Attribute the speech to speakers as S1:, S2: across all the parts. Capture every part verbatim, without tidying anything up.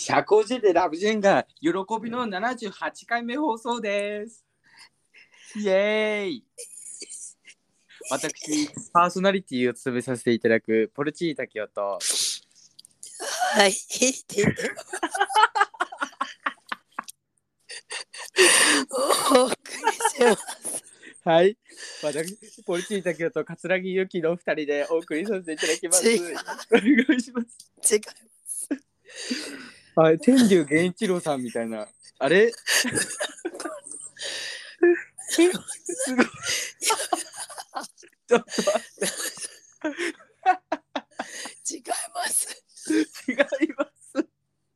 S1: 社交辞でラブジェンが喜びのななじゅうはちかいめ放送です。イエーイ。私、パーソナリティを務めさせていただくポルチータキオと、
S2: はい。お送りします。
S1: はい、私、ポルチータキオと桂木由紀のふたりでお送りさせていただきます。
S2: 違う
S1: よろしくお願いします。
S2: 違い
S1: はい、天竜源一郎さんみたいな。あれすごい。ちょっと待って。
S2: 違います。
S1: 違います。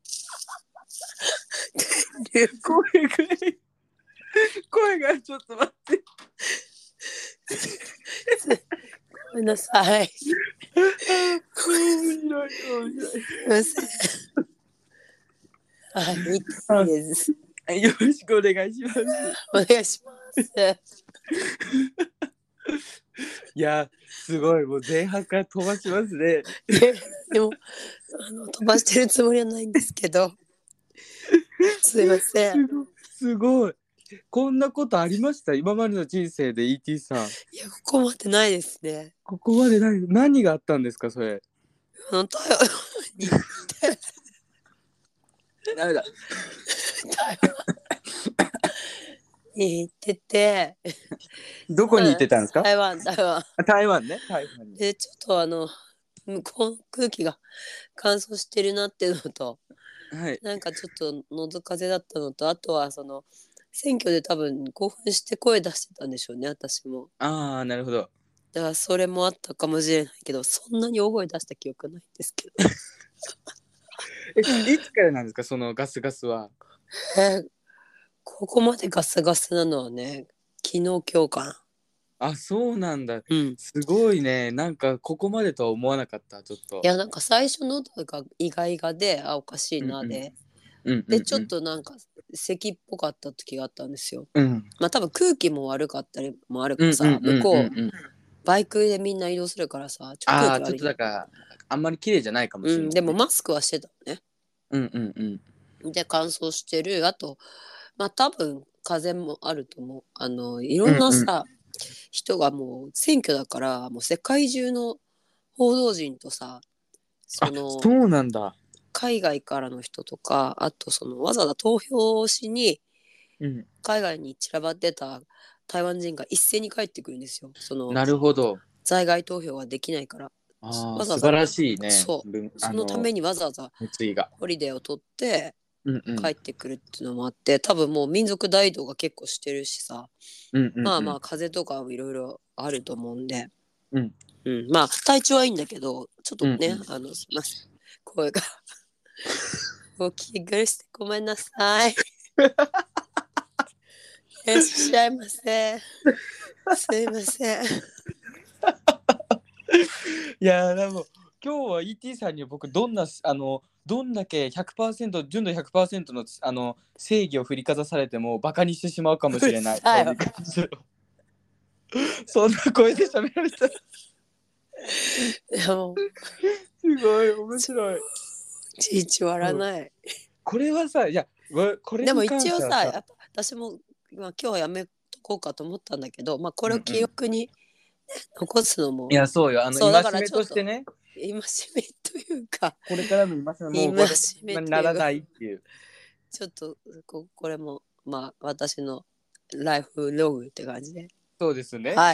S2: 天竜
S1: 声が声がちょっと待って。
S2: ごめんなさい。
S1: 面白い面白い。
S2: すいません。はい、いいです。
S1: よろしくお願いします。
S2: お願いします。
S1: いや、すごい、もう前半から飛ばしますね。
S2: ででもあの飛ばしてるつもりはないんですけど、すいません。
S1: すごい。こんなことありました？今までの人生で イーティー さん。
S2: いや、ここまでないですね。
S1: ここまで何何があったんですか、それ。
S2: あの台湾に行って
S1: ダメだ。
S2: 台湾に行ってて、
S1: どこに行ってたんですか？
S2: 台湾台湾
S1: あ、台湾ね。台湾に。
S2: で、ちょっとあの向こうの空気が乾燥してるなっていうのと、
S1: はい。
S2: なんかちょっと喉風邪だったのと、あとはその選挙で多分興奮して声出してたんでしょうね、私も。
S1: ああ、なるほど。
S2: だからそれもあったかもしれないけど、そんなに大声出した記憶ないんですけど。
S1: え、いつからなんですか、そのガスガスは。
S2: えーここまでガスガスなのはね、昨日今日かな。
S1: あ、そうなんだ。
S2: うん。
S1: すごいね。なんかここまでとは思わなかった、ちょっと。
S2: いや、なんか最初の喉がイガイガで、あ、おかしいなで、
S1: うんうん
S2: で、ちょっ
S1: うん。
S2: となんか咳っぽかった時があったんですよ。
S1: うん
S2: まあ多分空気も悪かったりもあるからさ、
S1: うんうんうん
S2: 向こう、
S1: うんうん。
S2: バイクでみんな移動するからさ、ちょ空
S1: ああ、ちょっ
S2: 気悪いじゃん。
S1: とだからあんまり綺麗じゃないかもしれない。
S2: うん、でもマスクはしてたのね。
S1: うんうんうん。
S2: で、乾燥してる。あと、まあ多分風邪もあると思う。あの、いろ
S1: うんうん。
S2: んなさ、人がもう選挙だから、もう世界中の報道陣とさ、そ
S1: あ、
S2: の、
S1: そうなんだ。
S2: 海外からの人とか、あとそのわざわざ投票しに
S1: うん。
S2: 海外に散らばってた台湾人が一斉に帰ってくるんですよ。その
S1: なるほど。
S2: 在外投票ができないから。
S1: ああ、
S2: わざわざ、
S1: 素晴らしいね。
S2: そう、
S1: ぶあの
S2: そのためにわざわざ
S1: 熱意が。
S2: ホリデーを取って
S1: うんうん。
S2: 帰ってくるっていうのもあって、多分もう民族大道が結構してるしさ、
S1: うんうんうん。
S2: まあまあ風邪とかいろいろあると思うんで、
S1: うん
S2: うん、まあ体調はいいんだけど、ちょっとね、
S1: うんうん、
S2: あのすいません、声がお聞き苦してごめんなさい。いらっしゃいませ。すいません。
S1: いやでも今日は イーティー さんに僕どんなあのどんだけ ひゃくパーセント 純度 ひゃくパーセント のあの正義を振りかざされてもバカにしてしまうかもしれない。そんな声で喋られた。
S2: でも
S1: すごい面白い。
S2: いちいち笑わない。
S1: これはさ、いやこれ
S2: でも
S1: に関
S2: 一応さ、
S1: してはさ、
S2: やっぱ私も、まあ、今日はやめとこうかと思ったんだけど、まあこれを記憶に、ね、残すのも、
S1: いやそうよ、あの
S2: そうだか
S1: 戒め
S2: らちょっと
S1: としてね、
S2: 戒めというか、
S1: これからの戒めもう
S2: 戒めというか
S1: ならないっていう。
S2: ちょっとここれもまあ私のライフログって感じで。
S1: そうですね。
S2: はい。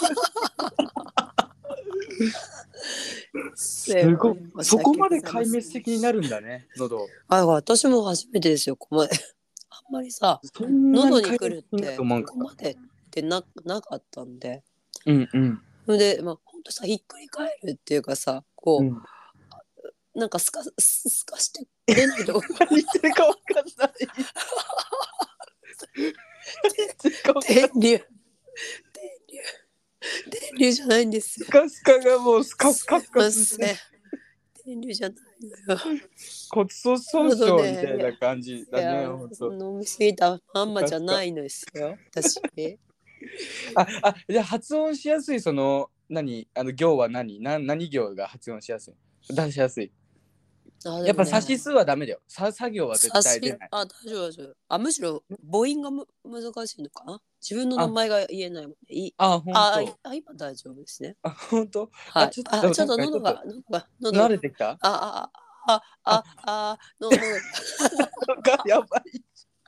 S1: すごい。そこまで壊滅的になるんだね、喉。
S2: あ、私も初めてですよ、ここまで。あんまりさ、
S1: そんな
S2: 喉
S1: に
S2: に来るって
S1: 壊滅的になると思うか
S2: ここまでってななかったんで。
S1: うんうん。
S2: それで、まあ、ほんとさ、ひっくり返るっていうかさ、こう、
S1: うん、
S2: なんかすか、すすかして出ないと。
S1: 何言ってるかわかんない。
S2: 電流。電流。電流じゃないんですよ。
S1: スカスカがもうスカスカスカ
S2: すいません。電流じゃないのよ。
S1: 骨粗鬆症みたいな感じだね。ほんと
S2: 飲みすぎたまんまじゃないのですよ、私。
S1: ああ、じゃあ発音しやすいその何あの行は何な何行が発音しやすい出しやすい。
S2: あ
S1: やっぱ差し数はダメだよ。さ作業は絶
S2: 差し
S1: 対出ない。
S2: あ、大丈夫大丈夫。あ、むしろ母音がむ難しいのかな。自分の名
S1: あ、
S2: 前が言えないもんね。い
S1: あ、ほん
S2: あ、
S1: と。
S2: あ、今大丈夫ですね。
S1: あ、ほんと。あ、
S2: はい。
S1: ちょっ
S2: あ、ちょっ
S1: となん
S2: と喉が、
S1: かちょっと
S2: 喉が、喉が、
S1: 慣れてきた。
S2: あ、あ、あ、
S1: あ、
S2: あ、あ、の、の、
S1: なんかやばい。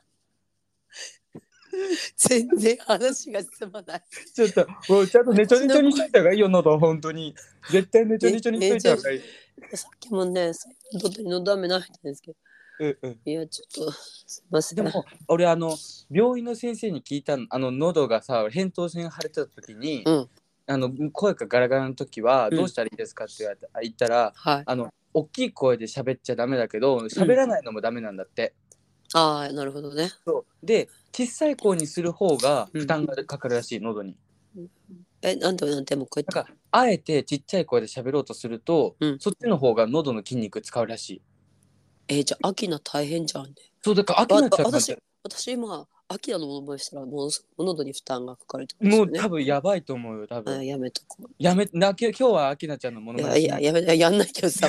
S2: 全然話が進まない。
S1: ちょっともうちゃんとねちょ
S2: 私の
S1: ねちょにしといた方がいいよ、喉。本当に。絶対ねちょ
S2: ね、
S1: ねちょにしと
S2: ね、ちょ、
S1: いた方がいい。
S2: さっきもね、どとにのど飴舐めたんですけど、
S1: うんうん。
S2: いや、ちょっと、すいません。
S1: でも俺あの病院の先生に聞いたの、あの喉がさ扁桃腺腫れてた時に、
S2: うん、
S1: あの声がガラガラの時は
S2: うん、
S1: どうしたらいいですかって言われた言ったら、
S2: はい。
S1: あの大きい声で喋っちゃダメだけど
S2: うん。
S1: 喋らないのもダメなんだって。
S2: ああ、なるほどね。
S1: そうで小さい声にする方が
S2: うん。
S1: 負担がかかるらしい、喉に。
S2: え、なんでなんでもう一回言って。
S1: なんかあえてちっちゃい声で喋ろうとすると、
S2: うん。
S1: そっちの方が喉の筋肉使うらしい。
S2: えーじゃあ、アキナ大変じゃんね。
S1: そうだからアキ
S2: わ、
S1: ナちゃんなん
S2: 私、
S1: て
S2: 私今、アキナのものまねしたら、ものすごく喉に負担がかかるってことですよね。
S1: もう多分やばいと思うよ多
S2: あ、
S1: 分。
S2: やめとこう。
S1: やめなき今日はアキナちゃんのモノ
S2: いやいや、
S1: マネしない。
S2: やめ、やんないけどさ、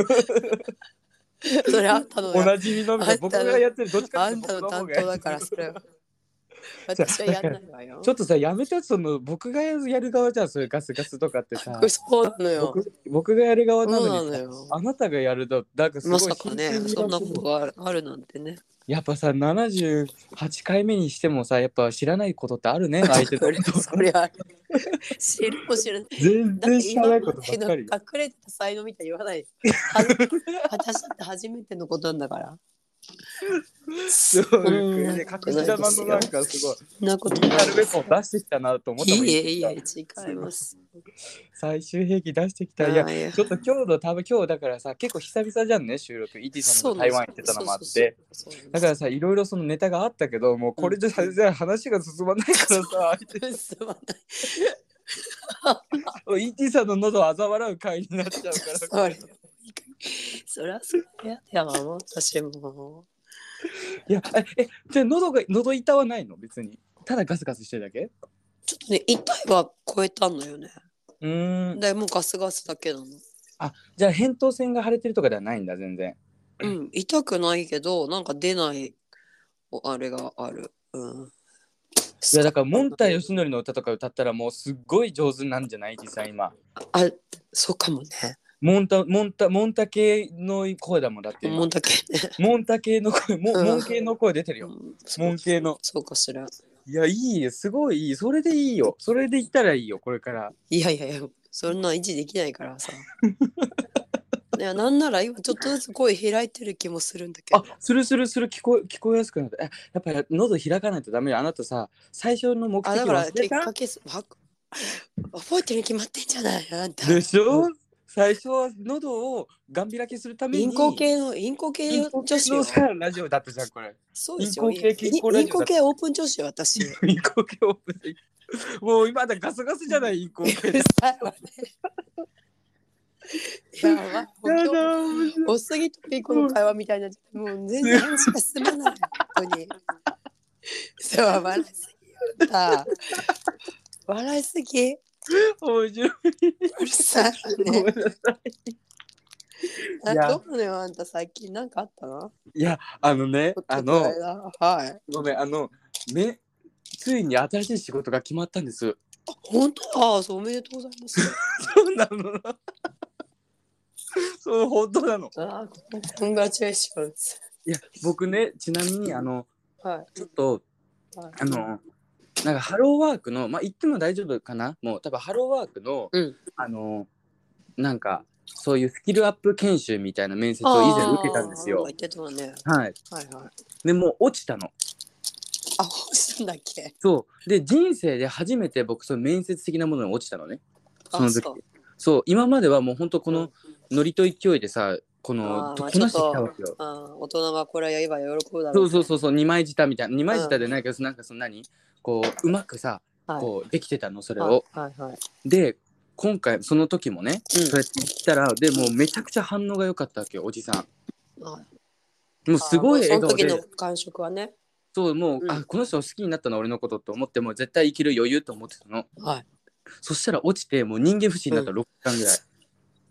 S2: それあんたの
S1: お
S2: や、
S1: なじみのみたいな、僕
S2: あんたの、
S1: がやってるどっちかっていうと
S2: あんたの担
S1: 僕の方がやってる。
S2: 当だから、それは。
S1: さ
S2: 私はやん
S1: だから
S2: ないわよ。
S1: ちょっとさやめて、その僕がやる側じゃん、そういうガスガスとかってさ。
S2: そうなのよ。
S1: 僕僕がやる側な
S2: そう
S1: のにさ、
S2: なのよ。
S1: あなたがやるとなんかす
S2: ま
S1: ごい
S2: さかね、
S1: 真剣に
S2: そんなこ
S1: やってる。
S2: とがある、あるなんてね。
S1: やっぱさななじゅうはちかいめにしてもさ、やっぱ知らないことってあるね、相手の
S2: それ、
S1: こと。
S2: そりゃ、知るも知らない。
S1: 全
S2: だって今
S1: 然知らないこ
S2: までの
S1: とばっかり。
S2: 隠れてた才能みたいに言わないで。は私だって初めてのことなんだから。
S1: そう
S2: そんな
S1: ね、
S2: こと
S1: 隠し
S2: ないですよ。
S1: 玉のなんかすごい
S2: そんなこと
S1: リーガルウェ
S2: ないですよ。
S1: ポン出してきたなと思ったもん。
S2: い
S1: い
S2: えいえ、違います。
S1: 最終兵器出してきた。いや、
S2: あいや、
S1: ちょっと今日の多分今日だからさ、結構久々じゃんね、収録。イーティーさんも台
S2: そうなんですよ。
S1: 湾行ってたのもあ
S2: そうそうそう。
S1: って。
S2: そうなんです
S1: だからさ、いろいろそのネタがあったけど、もうこれじゃ全然話が進まないからさ、
S2: すまない。
S1: イーティーさんの喉を嘲笑う回になっちゃうから。
S2: それ、そりゃそうややわ、もう私も。
S1: いや、え、えじゃあ喉が、喉痛はないの別に。ただガスガスしてるだけ。
S2: ちょっとね、痛いは超えたのよね。
S1: うーん。
S2: でもうガスガスだけなの。
S1: あ、じゃあ扁桃腺が腫れてるとかではないんだ、全然。
S2: うん、痛くないけど、なんか出ないあれがある。うん。
S1: いやだからモンタヨシノリの歌とか歌ったらもうすっごい上手なんじゃない実際今。
S2: あ、そうかもね。
S1: モンタモンタモンタ系の声だもんだって今。
S2: もんだけね。
S1: モンタ系の声、モ
S2: うん
S1: モン系の声出てるよ。
S2: うん
S1: モン系の。
S2: そうかしら。
S1: いやいいよ、すごいいい。それでいいよ。それで言ったらいいよこれから。
S2: いやいやいや、そんな維持できないからさ。いや、なんなら今ちょっとずつ声開いてる気もするんだけ
S1: あ
S2: ど。、
S1: するするする聞こえ聞こえやすくなった。えやっぱり喉開かないとダメよ。あなたさ、最初の目
S2: あ、
S1: 的
S2: だから
S1: 忘れた
S2: きっかけすわ覚えてるに決まってんじゃないあんた。
S1: でしょ。最初は喉をガン開きするために。
S2: インコ系の、インコ系
S1: インコ系
S2: 女子よ。
S1: のさラジオだったじゃんこれ。
S2: そうですよ。
S1: インコ系健康ラ
S2: イン
S1: ジオだった。
S2: コ系オープン女子よ、私。
S1: インコ系オープン。もう今だガスガスじゃないインコ系。
S2: うるさいわね。やばい。
S1: や
S2: 本
S1: だ
S2: 当多すぎとピーコの会話みたいになっちゃって、もう全然話が進まない。本当に。そう、笑いすぎた。笑いすぎ。
S1: 面白い。
S2: うるさい
S1: ご
S2: ね。
S1: めんなさい。
S2: あ
S1: いや
S2: どうなのよ、あんた最近なんかあったの？
S1: いやあのねあ
S2: ちょっとこ
S1: の
S2: れだはい。
S1: ごめんあのめついに新しい仕事が決まったんです。
S2: あ、本当？あ、そう、おめでとうございます。
S1: そうなの。そう本当なの。
S2: あ、コングラチュレーションズ。
S1: いや僕ねちなみにあの
S2: は
S1: ちょっと
S2: い。はい。
S1: あのなんかハローワークのまあ言っても大丈夫かな、もう多分ハローワークの、
S2: うん。
S1: あのなんかそういうスキルアップ研修みたいな面接を以前受けたんですよ。
S2: あーなんか言ってたわね。
S1: はい。
S2: はいはい。
S1: でもう落ちたの。
S2: あ、欲しいんだっけ？
S1: そうで人生で初めて僕その面接的なものに落ちたのね。その時。
S2: あ、そう。
S1: そう今まではもう本当このノリと勢いでさこの
S2: あーまあ
S1: こなしてきたわけよ。
S2: あー大人がこれは言えば喜ぶだろ
S1: そうう
S2: ね。
S1: そうそうそう二枚舌みたいな二枚舌でないけど、なんかその何こううまくさ、
S2: はい
S1: こうできてたのそれを。
S2: はいはいはい。
S1: で今回その時もね、
S2: うん
S1: そうやって来たらでもうめちゃくちゃ反応が良かったわけよおじさん。
S2: はい
S1: もうすごい
S2: あーもう
S1: 笑顔で。
S2: その時の感触はね。
S1: そうもう、
S2: うん
S1: あこの人好きになったの俺のことと思ってもう絶対生きる余裕と思ってたの。
S2: はい。
S1: そしたら落ちてもう人間不信になった
S2: うん
S1: ろっかかんぐらい。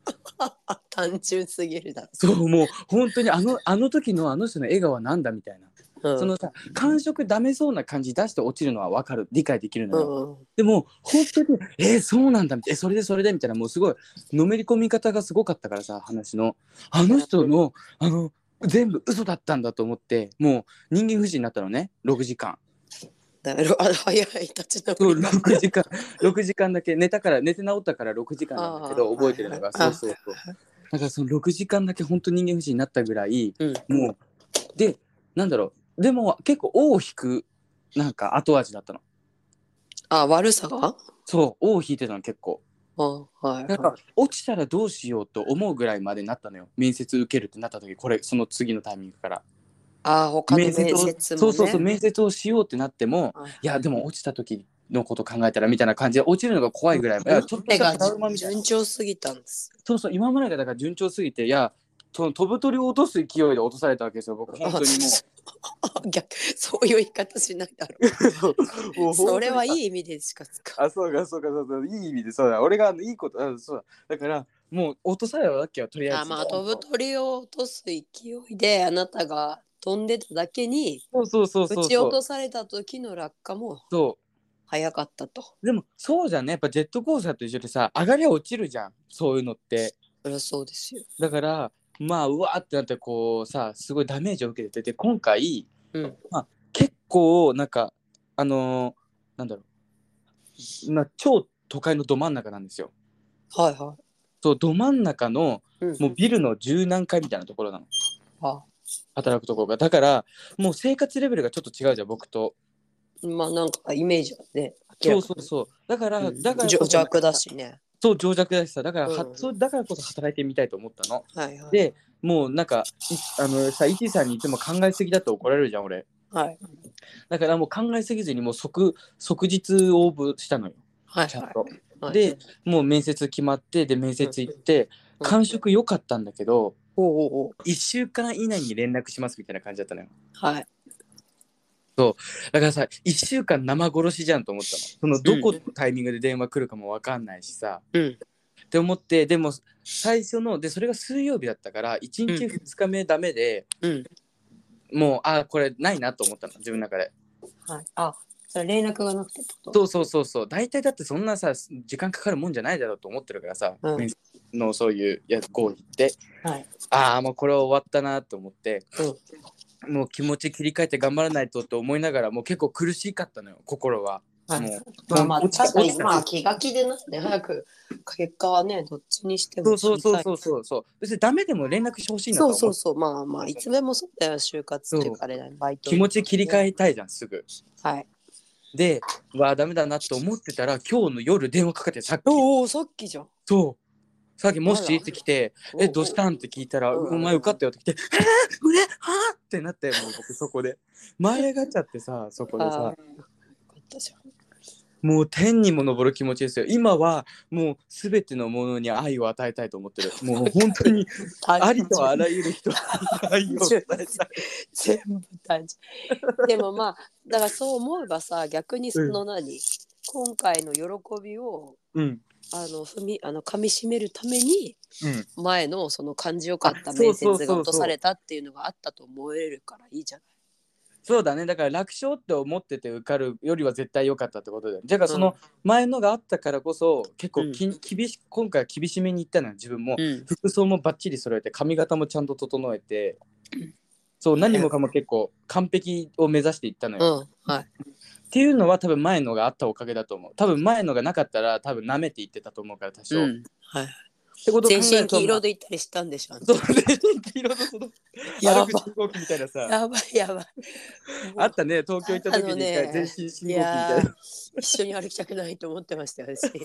S2: 単純すぎるだろ。
S1: そうもう本当にあのあの時のあの人の笑顔はなんだみたいな、
S2: うん、
S1: そのさ感触ダメそうな感じ出して落ちるのは分かる、理解できるのよ、
S2: うん、
S1: でも本当にえー、そうなんだみたいな、えそれでそれでみたいな、もうすごいのめり込み方がすごかったからさ、話のあの人のあの全部嘘だったんだと思って、もう人間不信になったのね、ろくじかん。
S2: だろあ早い立ち直
S1: そう
S2: りが。
S1: ろくじかんろくじかんだけ寝たから、寝て治ったからろくじかんなんだけど
S2: あ
S1: 覚えてるのが、
S2: はいはい、
S1: そうそうそう、だからそのろくじかんだけ本当に人間不信になったぐらい、
S2: うん、
S1: もうでなんだろう、でも結構尾を引くなんか後味だったの。
S2: あ悪さが。
S1: そう尾を引いてたの結構。
S2: あはい
S1: なんか
S2: はい。
S1: 落ちたらどうしようと思うぐらいまでなったのよ、面接受けるってなった時、これその次のタイミングから
S2: あ他の面接もね。
S1: そうそうそう面接をしようってなっても、
S2: はい、
S1: いやでも落ちた時のこと考えたらみたいな感じで落ちるのが怖いぐらい、いやちょっとしたトラウマみたいな。
S2: 順調すぎたんです。
S1: そうそう今までがだから順調すぎて、いやその飛ぶ鳥を落とす勢いで落とされたわけですよ、僕本当にも
S2: う逆そういう言い方しないだろう。
S1: もう
S2: それはいい意味でしか使う。
S1: あそうかそうかそうか、いい意味でそうだ、俺があのいいことあそうだ、だからもう落とされたわけよ、とりあえず。
S2: あまあ飛ぶ鳥を落とす勢いであなたが飛んでただけに、
S1: そうそうそうそう
S2: 撃ち落
S1: そう
S2: とされた時の落下も
S1: そ
S2: 早かったと。
S1: うでもそうじゃんね、やっぱジェットコースターと一緒でさ、上がりゃ落ちるじゃん、そういうのって。
S2: そりゃそうですよ。
S1: だからまあうわーってなってこうさ、すごいダメージを受けてて、今回、
S2: うん
S1: まあ、結構なんかあのーなんだろう、まあ、超都会のど真ん中なんですよ。
S2: はいは
S1: そうど真ん中の
S2: い。うん、
S1: もうビルの十何階みたいなところなの、
S2: あ
S1: 働くところが。だからもう生活レベルがちょっと違うじゃん、僕と。
S2: まあなんかイメージはね明
S1: そう
S2: らかに。
S1: そうそう、だから、
S2: うん
S1: だからこそ
S2: 情弱だしね。
S1: そう情弱だしさ、だから、は
S2: うん
S1: そうだからこそ働いてみたいと思ったの。
S2: はいはい。
S1: でもうなんかいあのさ、イティさんに言っても考えすぎだと怒られるじゃん俺。
S2: はい
S1: だからもう考えすぎずにもう即即日応募したのよ、
S2: はい
S1: ちゃんと。
S2: はい。
S1: でもう面接決まって、で面接行って、
S2: うん
S1: 感触良かったんだけど、
S2: おうおうおう
S1: いっしゅうかん以内に連絡しますみたいな感じだったのよ。
S2: はい。
S1: だからさ、いっしゅうかん生殺しじゃんと思ったの。そのどこのタイミングで電話来るかも分かんないしさ、
S2: うん
S1: って思って、でも最初のでそれが水曜日だったからいちにちふつかめダメで、
S2: うん
S1: もうあこれないなと思ったの自分の中で。
S2: はい。あそれ連絡がなくてってこと。
S1: そうそうそうそう、大体だってそんなさ時間かかるもんじゃないだろうと思ってるからさ、
S2: うん
S1: 面接のそういうや合議って
S2: はい。
S1: ああもうこれは終わったなと思って、
S2: うん
S1: もう気持ち切り替えて頑張らないとと思いながら、もう結構苦しかったのよ心は。
S2: はい、
S1: もう
S2: まあまあ
S1: 落ちた
S2: 確かに
S1: 落ちた
S2: まあ気が気でなって早く結果はねどっちにしても
S1: そうそうそう
S2: 知りたい。
S1: そうそうそう、別にダメでも連絡してほしいなと思う。
S2: そうそうそうまあまあいつでもそうだよ就活っていうかあれだねバイト
S1: 気持ち切り替えたいじゃんすぐ。
S2: はい。
S1: でうわダメだなと思ってたら、今日の夜電話かけてさっき、
S2: おおさっきじゃん。
S1: そうさっきもし
S2: あら
S1: ってきて「えどうしたん?」って聞いたら「
S2: うん
S1: お前受かったよ」って来て「えー、俺はあ?」ってなって、もう僕そこで舞い上がっちゃってさ、そこでさ
S2: あーよかったじゃん。
S1: もう天にも昇る気持ちですよ。今はもうすべてのものに愛を与えたいと思ってる。もう本当にありとあらゆる人に愛を伝えたい。
S2: 全部単純。でもまあだからそう思えばさ逆にその何、うん、今回の喜びを、
S1: うん、
S2: あの踏みあの噛み締めるために、
S1: うん、
S2: 前のその感じよかった面接が落とされたっていうのがあったと思えるからいいじゃない。
S1: そうだね、だから楽勝って思ってて受かるよりは絶対良かったってことだよ。だからその前のがあったからこそ結構き、うん、厳し今回は厳しめにいったのよ自分も、うん、服装もバッチリ揃えて髪型もちゃんと整えて、うん、そう何もかも結構完璧を目指していったのよ、
S2: うんはい、
S1: っていうのは多分前のがあったおかげだと思う。多分前のがなかったら多分舐めていってたと思うから多少、
S2: うんはい、
S1: ってことを考えると
S2: 全身黄色で行ったりしたんでしょ。
S1: そう全身黄色のその歩く信号機みたいなさ、
S2: やばいやばい
S1: あったね、東京行った時に一回全身信号機みたいな、
S2: 一緒に歩きたくないと思ってましたよ私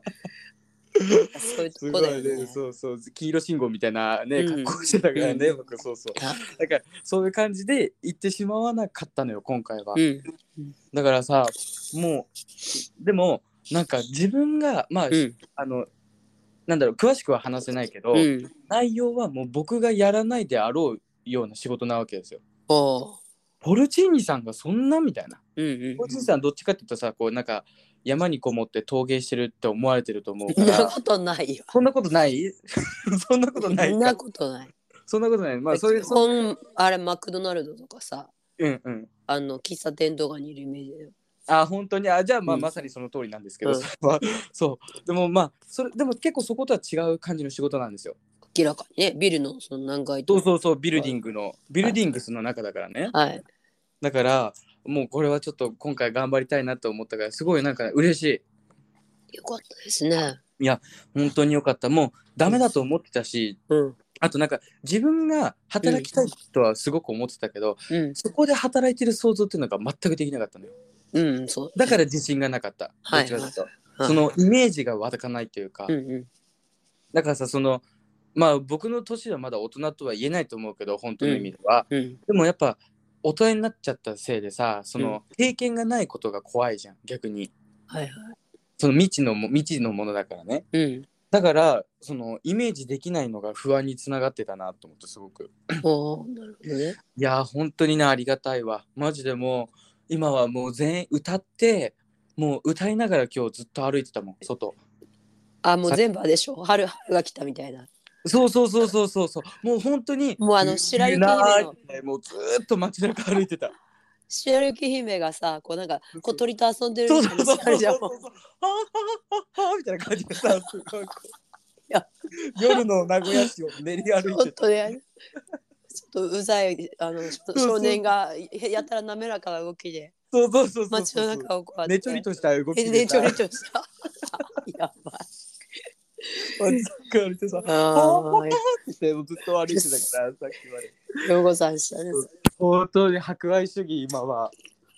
S2: そういうとこだよね。
S1: そうそう黄色信号みたいなね格好してたからね、うん、僕そうそうだからそういう感じで行ってしまわなかったのよ今回は、うん、だからさもうでもなんか自分がまあ、うん、あのなんだろう詳しくは話せないけど、うん、内容はもう僕がやらないであろうような仕事なわけですよ。ポルチーニさんがそんなみたいな、うんうんうん、ポルチーニさんどっちかっていうとさこうなんか山にこもって陶芸してるって思われてると思うか
S2: そんな
S1: ら。
S2: ことないよ。
S1: そんなことないそんなことないか。
S2: そんなことない。
S1: そんなことない。まあそういう。
S2: 基本あれマクドナルドとかさ、
S1: うんうん。
S2: あの喫茶店とかにいるイメージだよ。
S1: あ、本当に。あ、じゃあまあ、
S2: うん、
S1: まさにその通りなんですけど、
S2: うん、
S1: それはそうでもまあそれでも結構そことは違う感じの仕事なんですよ。
S2: 明らかにね、ビルのその何階とか。
S1: そうそうそう、ビルディングのビルディングスの中だからね。
S2: はい。
S1: だからもうこれはちょっと今回頑張りたいなと思ったからすごいなんか嬉し
S2: よかったですね。
S1: い。いや本当によかった。もうダメだと思ってたし、
S2: うん。
S1: あとなんか自分が働きたいとはすごく思ってたけど、
S2: うん。
S1: そこで働いてる想像っていうのが全くできなかったのよ。
S2: うん、そう。
S1: だから自信がなかった。どっちかというと、
S2: はい
S1: そのイメージが湧かないというか、
S2: うんうん。
S1: だからさそのまあ僕の年はまだ大人とは言えないと思うけど本当の意味では、
S2: うん。
S1: でもやっぱ大人になっちゃったせいでさそ
S2: うん
S1: の経験がないことが怖いじゃん逆に。
S2: はいはい。
S1: その未知のも未知のものだからね。
S2: うん。
S1: だからそのイメージできないのが不安につながってたなと思ってすごく。
S2: おー、なるほどね。
S1: いやー本当にねありがたいわマジで。もう今はもう全員歌ってもう歌いながら今日ずっと歩いてたもん外。
S2: あ、もう全部あれでしょ。春、春が来たみたいな。
S1: そうそうそうそうそうそうもう本当に
S2: もうあの白雪姫の
S1: もうずーっと街中歩いてた。
S2: 白雪姫がさ、こうなんか小鳥と遊んでる
S1: そう
S2: みたいな
S1: そうそうそう
S2: あるじゃん。
S1: そうそうはあはあはあみたいな感じでさすごいこう
S2: や
S1: 夜の名古屋市を練り歩
S2: ち
S1: いてた。
S2: ょっとね、ちょっとうざいあの
S1: そう
S2: 少年がやたら滑らかな動きで
S1: そうそうそうそう
S2: 街の
S1: そう
S2: 中をこうやって
S1: ねちょりとした動き
S2: え
S1: でさ
S2: ねちょりとしたやばい。
S1: 街中歩いてさはあ
S2: あ
S1: はあってずっと歩いてたからさっきまで。
S2: あ、ようござんしたね。
S1: 本当に博愛主義今は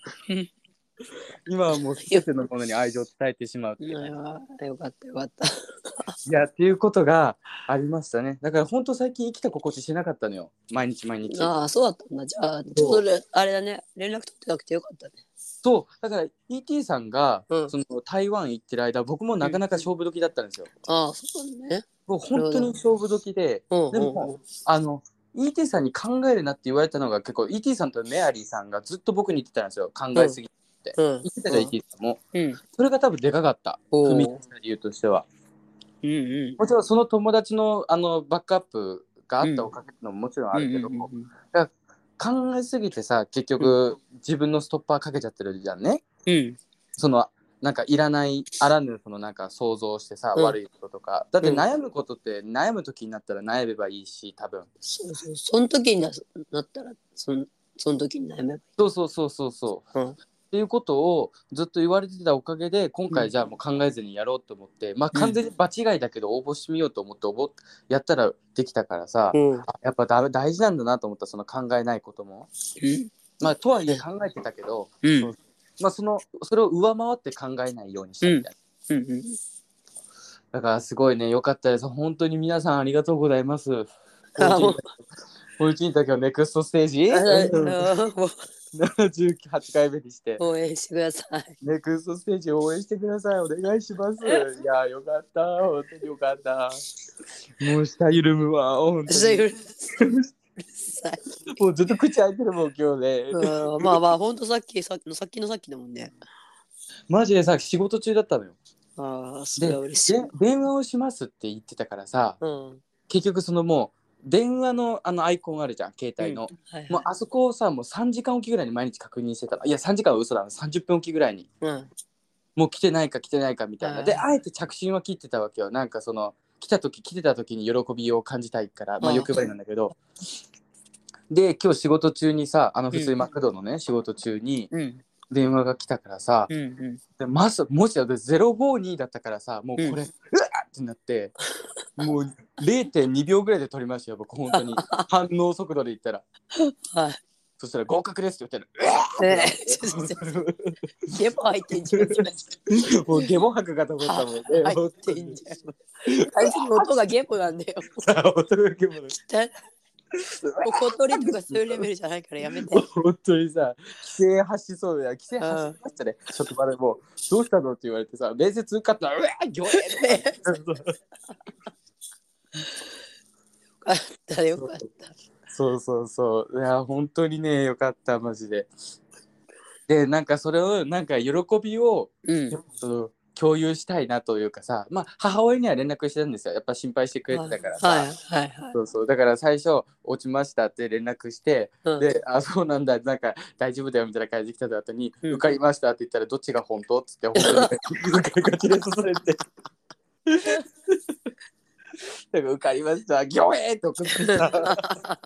S1: 今はもう全てのものに愛情を伝えてしまうっていう。
S2: よかったよかった。
S1: いやっていうことがありましたね。だから本当最近生きた心地しなかったのよ毎日毎日。
S2: ああ、そうだったんだ。じゃあ、ちょうどあれだね。連絡取ってなくてよかったね。
S1: そうだから イーティー さんが、
S2: うん、
S1: その台湾行ってる間僕もなかなか勝負時だったんですよ。
S2: うん、ああ、そうだね。
S1: もう本当に勝負時で、
S2: うん、
S1: でも、うん、あの イーティー さんに考えるなって言われたのが結構 イーティー さんとメアリーさんがずっと僕に言ってたんですよ。考えすぎって、うん、言ってたじゃん、イーティー さんも、うん、それが多分でかかった踏み出した理由としては。うんうん、もちろんその友達のあのバックアップがあったおかげのももちろんあるけども、考えすぎてさ結局、うん、自分のストッパーかけちゃってるじゃんね、うん、そのなんかいらないあらぬそのなんか想像してさ、うん、悪いこととかだって悩むことって悩む時になったら悩めばいいし多分
S2: そうそうその時になったらそのその時に悩めばいい。
S1: そうそうそうそうそう、うんっていうことをずっと言われてたおかげで今回じゃあもう考えずにやろうと思って、うん、まあ完全に場違いだけど応募してみようと思って応募やったらできたからさ、うん、やっぱだ大事なんだなと思ったその考えないことも、うん、まあとはいえ考えてたけど、うん、まあそのそれを上回って考えないようにしたみたいな、うんうんうん、だからすごいね良かったです本当に皆さんありがとうございます。ポイチンタ今日ネクストステージななじゅうはちかいめにして
S2: 応援してください。
S1: ネクストステージ応援してください。お願いします。いやよかった本当によかった。もう下緩むわ本当に。下緩むもうずっと口開いてるもん今日ね。
S2: うんまあまあ本当さっきさっきのさっきのさっきだもんね。
S1: マジでさ仕事中だったのよ。
S2: ああそれは嬉しい。
S1: で電話をしますって言ってたからさ、うん、結局そのもう電話のあのアイコンあるじゃん携帯の、うんはいはい、もうあそこをさもうさんじかんおきぐらいに毎日確認してた。いやさんじかんは嘘ださんじゅっぷんおきぐらいに、うん、もう来てないか来てないかみたいな、はい、であえて着信は切ってたわけよ。なんかその来た時来てた時に喜びを感じたいから、まあ欲張りなんだけど、で今日仕事中にさあの普通にマクドのね、うん、仕事中に、うん電話が来たからさ、うんうん、でまずもしだゼロごにだったからさもうこれ、うん、うわってなってもう れいてんにびょうぐらいで取りましたよ僕本当に反応速度で言ったら、はい、そしたら合格ですって言ったらうわー
S2: ゲボ入ってんじゃん
S1: もうゲボ吐くかと思ったもんね
S2: 入ってんじゃんあいつの音がゲボなんだよ
S1: 音がゲボなんだよ
S2: 小鳥とかそういうレベルじゃないからやめて
S1: 本当にさ規制発しそうだよ規制発しましたね職場でもうどうしたのって言われてさ面接受かったらうわーギョエーよ
S2: かったよかった
S1: そうそうそういや本当にねよかったマジででなんかそれをなんか喜びを、
S2: うん、
S1: その共有したいなというかさ、まあ母親には連絡してたんですよ。やっぱ心配してくれてたからさ、
S2: はいはいはい、
S1: そうそう、だから最初落ちましたって連絡して、
S2: うん、
S1: で、あ、そうなんだ、なんか大丈夫だよみたいな感じで来た後に、
S2: うん、
S1: 受かりましたって言ったらどっちが本当っつって本当に受かりがちで刺されてだから受かりましたギョエーって送ってさ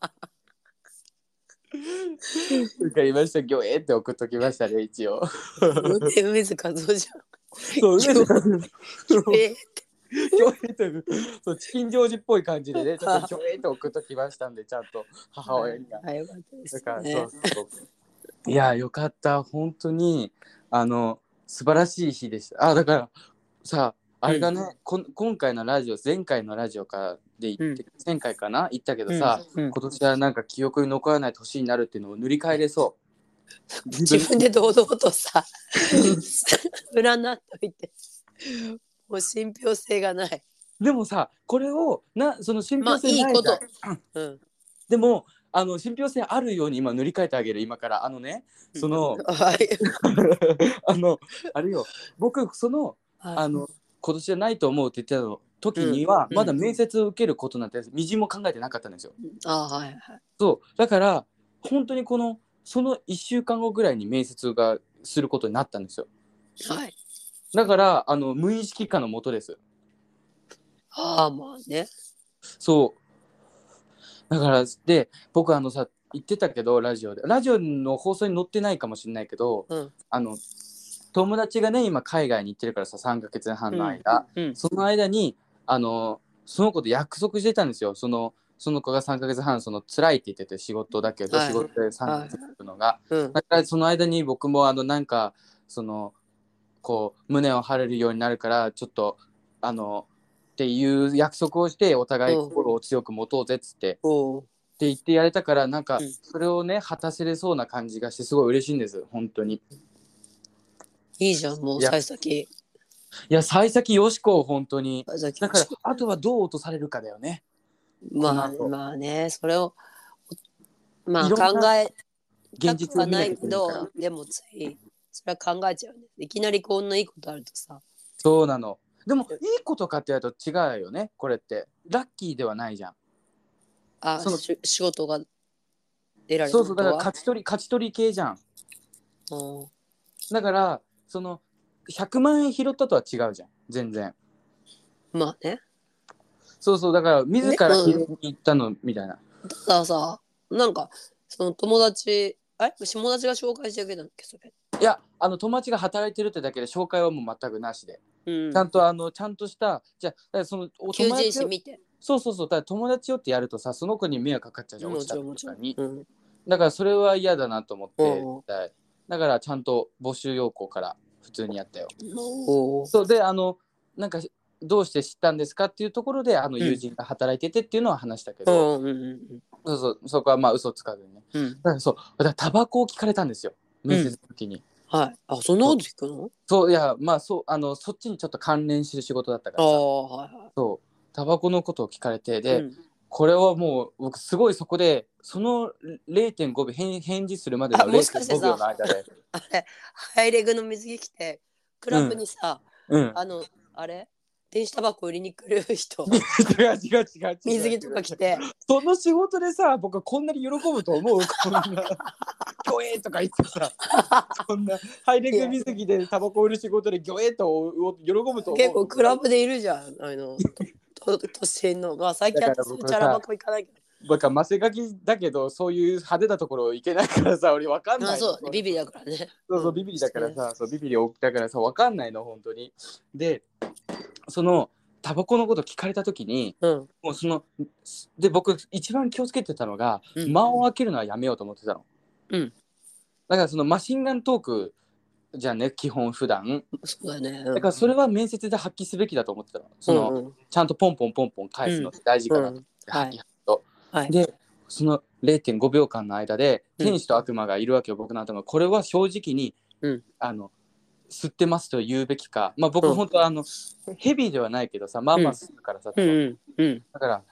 S1: 受かりましたギョエーって送っときましたね一応
S2: 梅津和夫じゃん。
S1: そう梅津和夫
S2: え
S1: ギョエーとそうチキンジョージっぽい感じでねちょっとギョエーって送っときましたんでちゃんと母親には、
S2: はい、よかったですね。
S1: だからそうそういやよかった本当にあの素晴らしい日でした。あだからさあれがね、うん、こ今回のラジオ前回のラジオからで言って、うん、前回かな言ったけどさ、うんうん、今年はなんか記憶に残らない年になるっていうのを塗り替えれそう
S2: 自分で堂々とさ占っといてもう信憑性がない。
S1: でもさこれをなその信憑性ないじゃん、
S2: まあ、いいこと、うん、
S1: でもあの信憑性あるように今塗り替えてあげる今からあのねその、うん、あのあれよ僕その、はい、あの今年じゃないと思うって言ってたの時には、うん、まだ面接を受けることなんてみじんも考えてなかったんですよ、うん、
S2: あはいはい、
S1: そうだから本当にこのそのいっしゅうかんごぐらいに面接がすることになったんですよ、
S2: はい、
S1: だからあの無意識化のもとです。
S2: ああまあね
S1: そうだからで僕あのさ言ってたけどラジオでラジオの放送に載ってないかもしれないけど、うん、あの友達がね今海外に行ってるからささんかげつはんの間、うんうん、その間にあのその子と約束してたんですよ。そのその子がさんかげつはんその辛いって言ってて仕事だけど、はい、仕事でさんかげつ行くのが、はい、だからその間に僕もあのなんかそのこう胸を張れるようになるからちょっとあのっていう約束をしてお互い心を強く持とうぜっつってって言ってやれたからなんかそれをね果たせれそうな感じがしてすごい嬉しいんです本当に。
S2: いいじゃんもう幸先。
S1: いや幸先よしこ本当に。だからあとはどう落とされるかだよね。
S2: まあまあねそれをまあ考えたくはないけどでもついそれは考えちゃうね。いきなりこんないいことあるとさ。
S1: そうなの。でもいいことかって言うと違うよねこれってラッキーではないじゃん。
S2: あその仕事が得られた
S1: そうそうだから勝ち取り勝ち取り系じゃん。
S2: うん
S1: だからそのひゃくまんえん拾ったとは違うじゃん全然。
S2: まあね。
S1: そうそうだから自ら拾いに行ったのみたいな。
S2: たださなんかその友達あれ友達が紹介してくれたんだっけそれ。
S1: いやあの友達が働いてるってだけで紹介はもう全くなしで、うん、ちゃんとあのちゃんとしたじゃあだからそのお
S2: 友達求人誌見て
S1: そうそうそうだから友達よってやるとさその子に迷惑かかっちゃうじゃん落ちたとかに、
S2: うん、
S1: だからそれは嫌だなと思って、うん、だからちゃんと募集要項から普通にやったよ。そうであのなんかどうして知ったんですかっていうところであの友人が働いててっていうのは話したけど、うんうんうん、そうそうそこはまあ嘘つかずにね、うん、だからそうだからタバコを聞かれたんですよ面接の時に、
S2: うん、はいあそんなこと聞くの？
S1: そういやまあそうあのそっちにちょっと関連してる仕事だったからさ、はいはい、そうタバコのことを聞かれてで、うん、これはもう僕すごいそこでその れいてんごびょう 返, 返事するまでの れいてんごびょうの間で
S2: あれハイレグの水着着てクラブにさ、うんうん、あのあれ電子タバコ売りに来る人
S1: 違う違う違う違う
S2: 水着とか着て
S1: その仕事でさ僕はこんなに喜ぶと思うこんなギョエーとか言ってさそんなハイレグ水着でタバコ売る仕事でギョエーと喜ぶと思う。
S2: 結構クラブでいるじゃんあの年のまあ最近はチャラバコ行かないけど
S1: 僕はマセガキだけどそういう派手なところ行けないからさ俺分かんないの。あ
S2: そうビビリだからね。
S1: そうそうビビリだからさ、うん、そうビビリだからさ分かんないの本当に。でそのタバコのこと聞かれた時に、うん、もうそので僕一番気をつけてたのが、うん、間を空けるのはやめようと思ってたの、うん、だからそのマシンガントークじゃあね基本普段
S2: そうだね、
S1: うん、だからそれは面接で発揮すべきだと思ってたのその、うんうん、ちゃんとポンポンポンポン返すのって大事かなと思って、うん、発揮と、はい、でその れいてんごびょうかんの間で天使と悪魔がいるわけよ、僕の頭がこれは正直に、うん、あの吸ってますと言うべきか、まあ僕、うん、本当はあのヘビーではないけどさまあまあ吸うからさ、うんうん、だから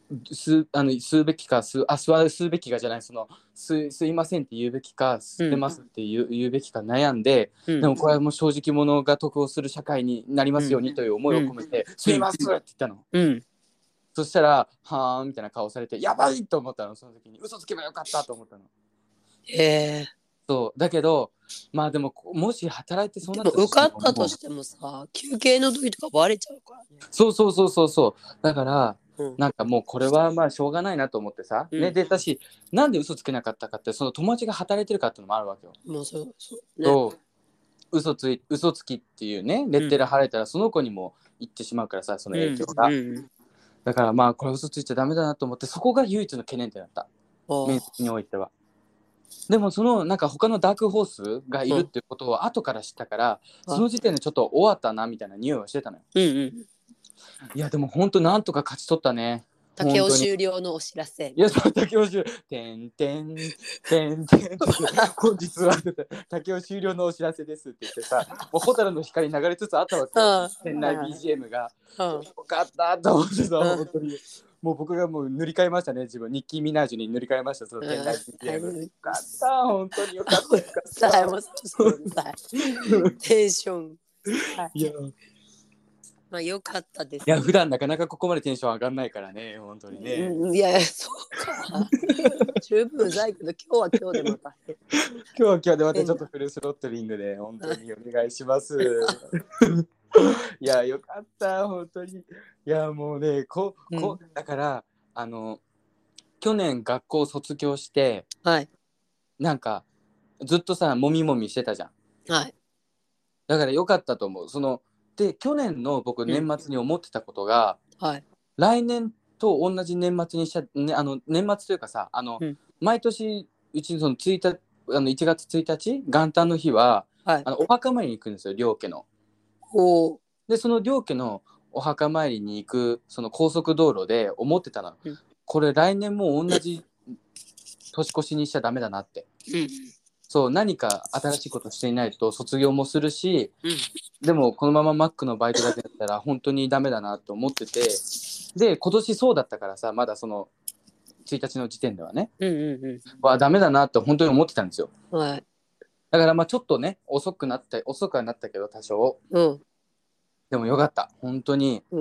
S1: すあの吸うべきか吸うあ吸わ吸うべきかじゃないその吸吸いませんって言うべきか吸ってますって言う、うん、言うべきか悩んで、うん、でもこれはもう正直者が得をする社会になりますようにという思いを込めて、うん、吸いますって言ったの、うん、そしたらはーんみたいな顔されてやばいと思ったの。その時に嘘つけばよかったと思ったの。
S2: へえ。
S1: そうだけどまあでももし働いてそうなった
S2: としても受かったとしてもさ休憩の時とかバレちゃうからね。
S1: そうそうそうそうそうだからうん、なんかもうこれはまあしょうがないなと思ってさ、うん、ねでだしなんで嘘つけなかったかってその友達が働いてるかっていうのもあるわけよ。
S2: もうそうそう、
S1: ね、そう嘘つい嘘つきっていうねレッテル貼られたらその子にも言ってしまうからさその影響が、うんうん、だからまあこれ嘘ついちゃダメだなと思ってそこが唯一の懸念点だった面接においては。でもそのなんか他のダークホースがいるっていうことを後から知ったからその時点でちょっと終わったなみたいな匂いはしてたのよ、うんうん、いやでも本当なんとか勝ち取ったね。
S2: 竹尾終了のお知らせ。
S1: いやそう竹尾終了てんてんてんてん本日は竹尾終了のお知らせですって言ってさもう蛍の光流れつつあったわけよ店内 ビージーエム が、うん、よかったと思ってさ、うん、本当にもう僕がもう塗り替えましたね自分ニッキー・ミナージュに塗り替えましたその店内 ビージーエム、うん、よかった本当によかったよかったもうそう
S2: テンション
S1: いや
S2: まあ良かったです、ね、
S1: いや普段なかなかここまでテンション上がんないからね本当にね、
S2: うん、いやいやそうか十分うざいけど今日は今日でまた
S1: 今日は今日でまたちょっとフルスロットリングで本当にお願いしますいやよかった本当にいやもうねここ、うん、だからあの去年学校卒業して、はい、なんかずっとさもみもみしてたじゃん、はい、だからよかったと思うそので去年の僕年末に思ってたことが、うんはい、来年と同じ年末にしちゃ、ね、あの年末というかさあの、うん、毎年うちのそのついたあのいちがつついたち元旦の日は、はい、あのお墓参りに行くんですよ両家の。おでその両家のお墓参りに行くその高速道路で思ってたの、うん、これ来年も同じ年越しにしちゃダメだなって、うん、そう何か新しいことしていないと卒業もするし、うん、でもこのままマックのバイトだけだったら本当にダメだなと思っててで今年そうだったからさまだそのついたちの時点ではね、うんうんうん、わダメだなって本当に思ってたんですよ、はい、だからまあちょっとね遅くなった遅くはなったけど多少、うん、でもよかった本当に、うん、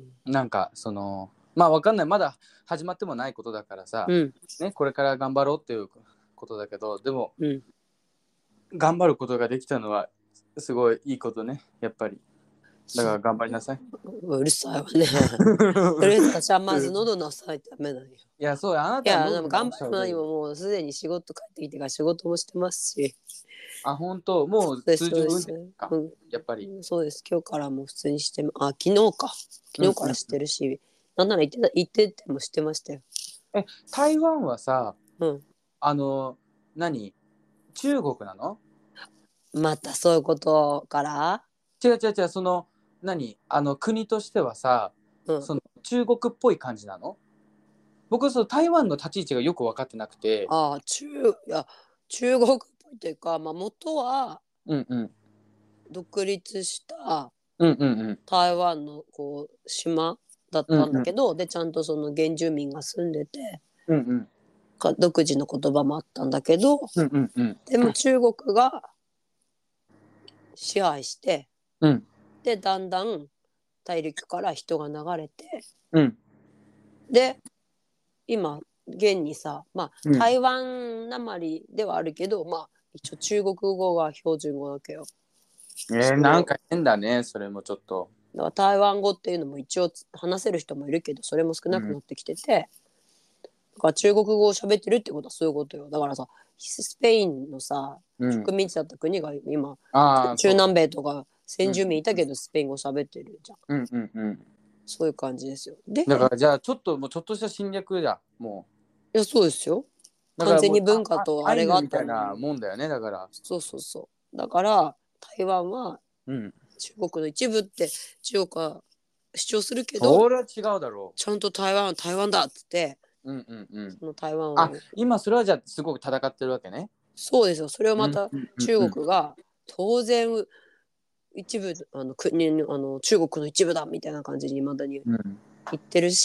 S1: なんかそのまあわかんないまだ始まってもないことだからさ、うんね、これから頑張ろうっていうことだけどでも、うん、頑張ることができたのはすごいいいことねやっぱりだから頑張りなさい。
S2: うるさいわねとりあえず私はまず喉なさいってダメなんよ。い
S1: やそうあなた
S2: は喉頑張るのにももうすでに仕事帰ってきてから仕事もしてますし
S1: あ本当もう通常運転か、うん、やっぱり
S2: そうです今日からも普通にしてあ昨日か昨日からしてるし、うんうん、なんなら行ってた行っててもしてましたよ。
S1: え台湾はさ、うん、あの何中国なの？
S2: またそういうことから
S1: 違う違う違うその何あの国としてはさ、うん、その中国っぽい感じなの？僕その台湾の立ち位置がよく分かってなくて
S2: あ中いや中国っぽいというか、まあ、元は独立した台湾のこう島だったんだけど、うんうん、でちゃんとその原住民が住んでて、うんうん、か独自の言葉もあったんだけど、うんうんうん、でも中国が支配して、うん、でだんだん大陸から人が流れて、うん、で今現にさ、まあ、台湾なまりではあるけど、うん、まあ一応中国語が標準語だけよ。
S1: えー、なんか変だねそれもちょっと。
S2: だから台湾語っていうのも一応話せる人もいるけどそれも少なくなってきてて、うん、だから中国語を喋ってるってことはそういうことよ。だからさスペインのさ、うん、植民地だった国が今中南米とか先住民いたけど、うん、スペイン語喋ってるじゃん、うんうんうん、そういう感じですよ。で
S1: だからじゃあちょっともうちょっとした侵略だも
S2: う。いやそうですよ完全に文化とあれがあったの
S1: みたいなもんだよねだから
S2: そうそうそうだから台湾は、うん中国の一部って中国は主張するけど
S1: それは違うだろう
S2: ちゃんと台湾は台湾だっつって、うんうんうん、その台湾をあ
S1: 今それはじゃあすごく戦ってるわけね。
S2: そうですよそれをまた中国が当然一部あの国あの中国の一部だみたいな感じに未だに言ってるし、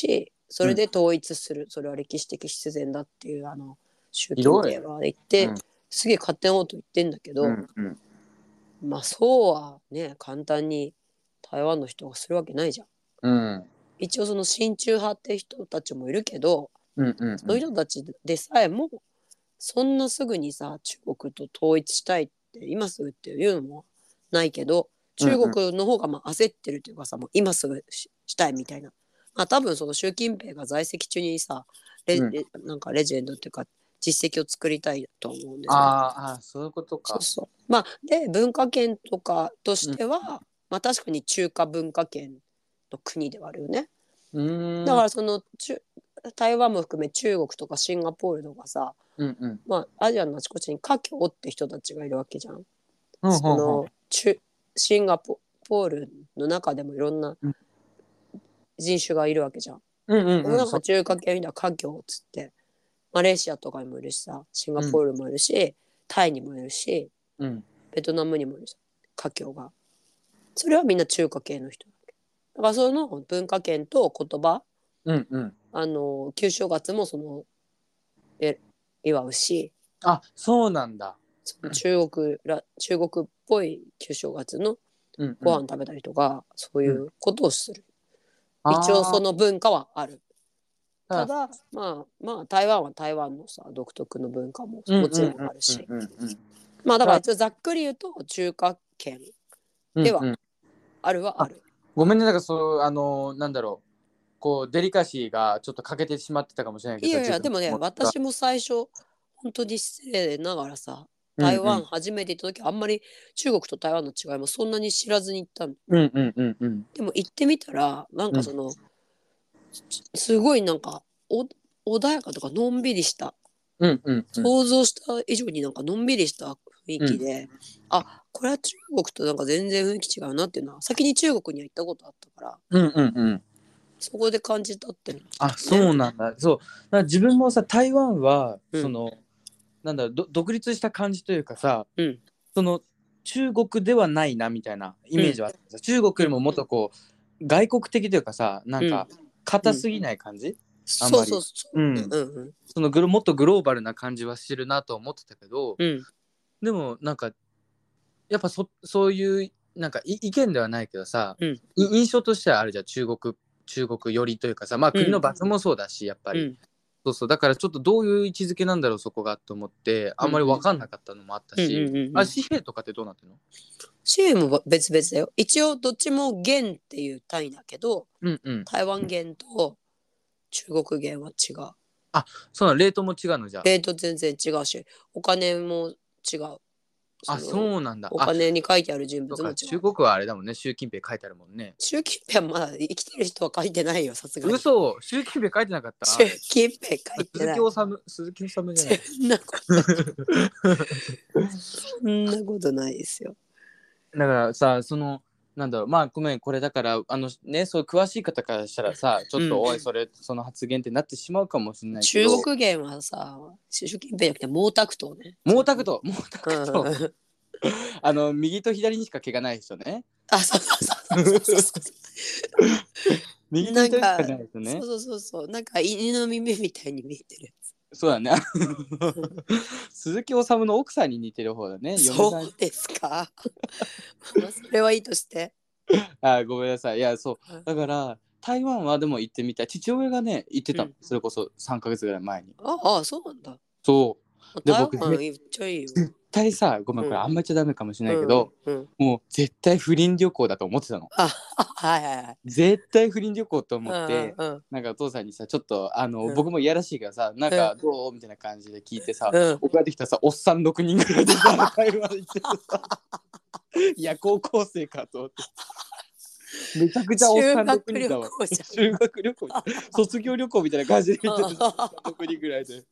S2: それで統一する、うん、それは歴史的必然だっていうあの習近平は言って、うん、すげえ勝手なこと言ってんだけど、うんうん、まあそうはね簡単に台湾の人がするわけないじゃん、うん、一応その親中派って人たちもいるけど、うんうんうん、そういう人たちでさえもそんなすぐにさ中国と統一したいって今すぐっていうのもないけど、中国の方がまあ焦ってるというかさ、もう今すぐ し, したいみたいな、まあ多分その習近平が在籍中にさレ、うん、なんかレジェンドっていうか実績を作りたいと思うんですよ。
S1: ああ、そういうことか。
S2: そうそう。まあで文化圏とかとしては、うん、まあ確かに中華文化圏の国ではあるよね。うーん、だからその台湾も含め中国とかシンガポールとかさ、うんうん、まあアジアのあちこちに華僑って人たちがいるわけじゃん。うんうんうん、そのシンガポールの中でもいろんな人種がいるわけじゃん。うんうんうん、なんか中華系みたいな華僑っつってマレーシアとかにもいるしさ、シンガポールもいるし、うん、タイにもいるし、うん、ベトナムにもいるし華僑が。それはみんな中華系の人だけだからその文化圏と言葉、うんうん、あの旧正月もそのえ祝うし、
S1: あ、そうなんだ。
S2: その中国ら中国っぽい旧正月のご飯食べたりとか、うんうん、そういうことをする、うん、一応その文化はある。ただまあまあ台湾は台湾のさ独特の文化ももちろんあるし、まあだから一応ざっくり言うと中華圏ではあるはある、うんうん、あ
S1: ごめんね、なんかそうあのなんだろうこうデリカシーがちょっと欠けてしまってたかもしれないけど、
S2: いやいやでもね私も最初本当に失礼ながらさ台湾初めて行った時、うんうん、あんまり中国と台湾の違いもそんなに知らずに行ったの、うんうんうんうん、でも行ってみたらなんかその、うん、すごいなんかお穏やかとかのんびりした、うんうんうん、想像した以上になんかのんびりした雰囲気で、うん、あこれは中国となんか全然雰囲気違うなっていうのは先に中国には行ったことあったから、うんうんうん、そこで感じたっていうの、ね、
S1: あそうなんだ。そうだから自分もさ台湾は、うん、そのなんだろう独立した感じというかさ、うん、その中国ではないなみたいなイメージはあった、うん、中国よりももっとこう、うん、外国的というかさなんか硬すぎない感じ、うん、あんまりそうそうそう、うんうんうん、そのグロもっとグローバルな感じはしてるなと思ってたけど、うん、でもなんかやっぱ そ, そういうなんか意見ではないけどさ、うん、印象としてはあるじゃん中国中国寄りというかさまあ国の場所もそうだし、うん、やっぱり、うん、そうそうだからちょっとどういう位置づけなんだろうそこがと思ってあんまり分かんなかったのもあったし、うんうんうん、あ紙幣とかってどうなってるの？
S2: 紙幣も別々だよ。一応どっちも元っていう単位だけど、うんうん、台湾元と中国元は違う。
S1: あ、そうなのレートも違うのじゃあ。
S2: レート全然違うしお金も違う。
S1: あ、そうなんだ。
S2: お金に書いてある人物も違う。
S1: 中国はあれだもんね習近平書いてあるもんね。
S2: 習近平はまだ生きてる人は書いてないよさすがに。
S1: 嘘習近平書いてなかった。
S2: 習近平書いてない。
S1: 鈴木治鈴木治じゃない。
S2: そんなことそんなことないですよ。
S1: だからさそのなんだろうまあごめんこれだからあのねそう詳しい方からしたらさちょっと、うん、おいそれその発言ってなってしまうかもしれないけど
S2: 中国元はさ習近平じゃなくて毛沢東ね
S1: 毛沢東毛沢東あの右と左にしか毛がない人ね。
S2: あそうそうそうそうそう
S1: 右と左しかない人ね。
S2: そうそうそうそうなんか犬の耳みたいに見えてるやつ。
S1: そうだね鈴木治の奥さんに似てる方だね。
S2: そうですかそれはいいとして
S1: あごめんなさいいやそうだから台湾はでも行ってみたい。父親がね行ってた、うん、それこそさんかげつぐらい前に。
S2: ああそうなんだ。
S1: そう
S2: で僕めっちゃいいよ。
S1: 絶対さごめんこれあんまり言っちゃダメかもしれないけど、うんうん、もう絶対不倫旅行だと思ってたの。
S2: あはいはいはい。
S1: 絶対不倫旅行と思って、うんうん、なんかお父さんにさちょっとあの、うん、僕もいやらしいからさなんかどうみたいな感じで聞いてさ、うん、送られてきたさおっさんろくにんぐらいでさ会話行ってさいや高校生かと思って。めちゃくちゃおっさんろくにんだわ。修学旅行卒業旅行みたいな感じで行ってたろくにんぐらいで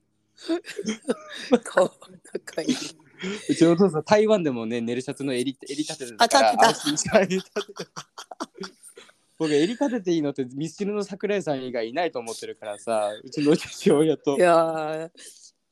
S2: 顔仲いい。
S1: うちのお父さん台湾でもね寝るシャツの襟襟立ててたから安心して襟立てて僕襟立てていいのってミスチルの桜井さん以外いないと思ってるからさうちの父親と。
S2: いや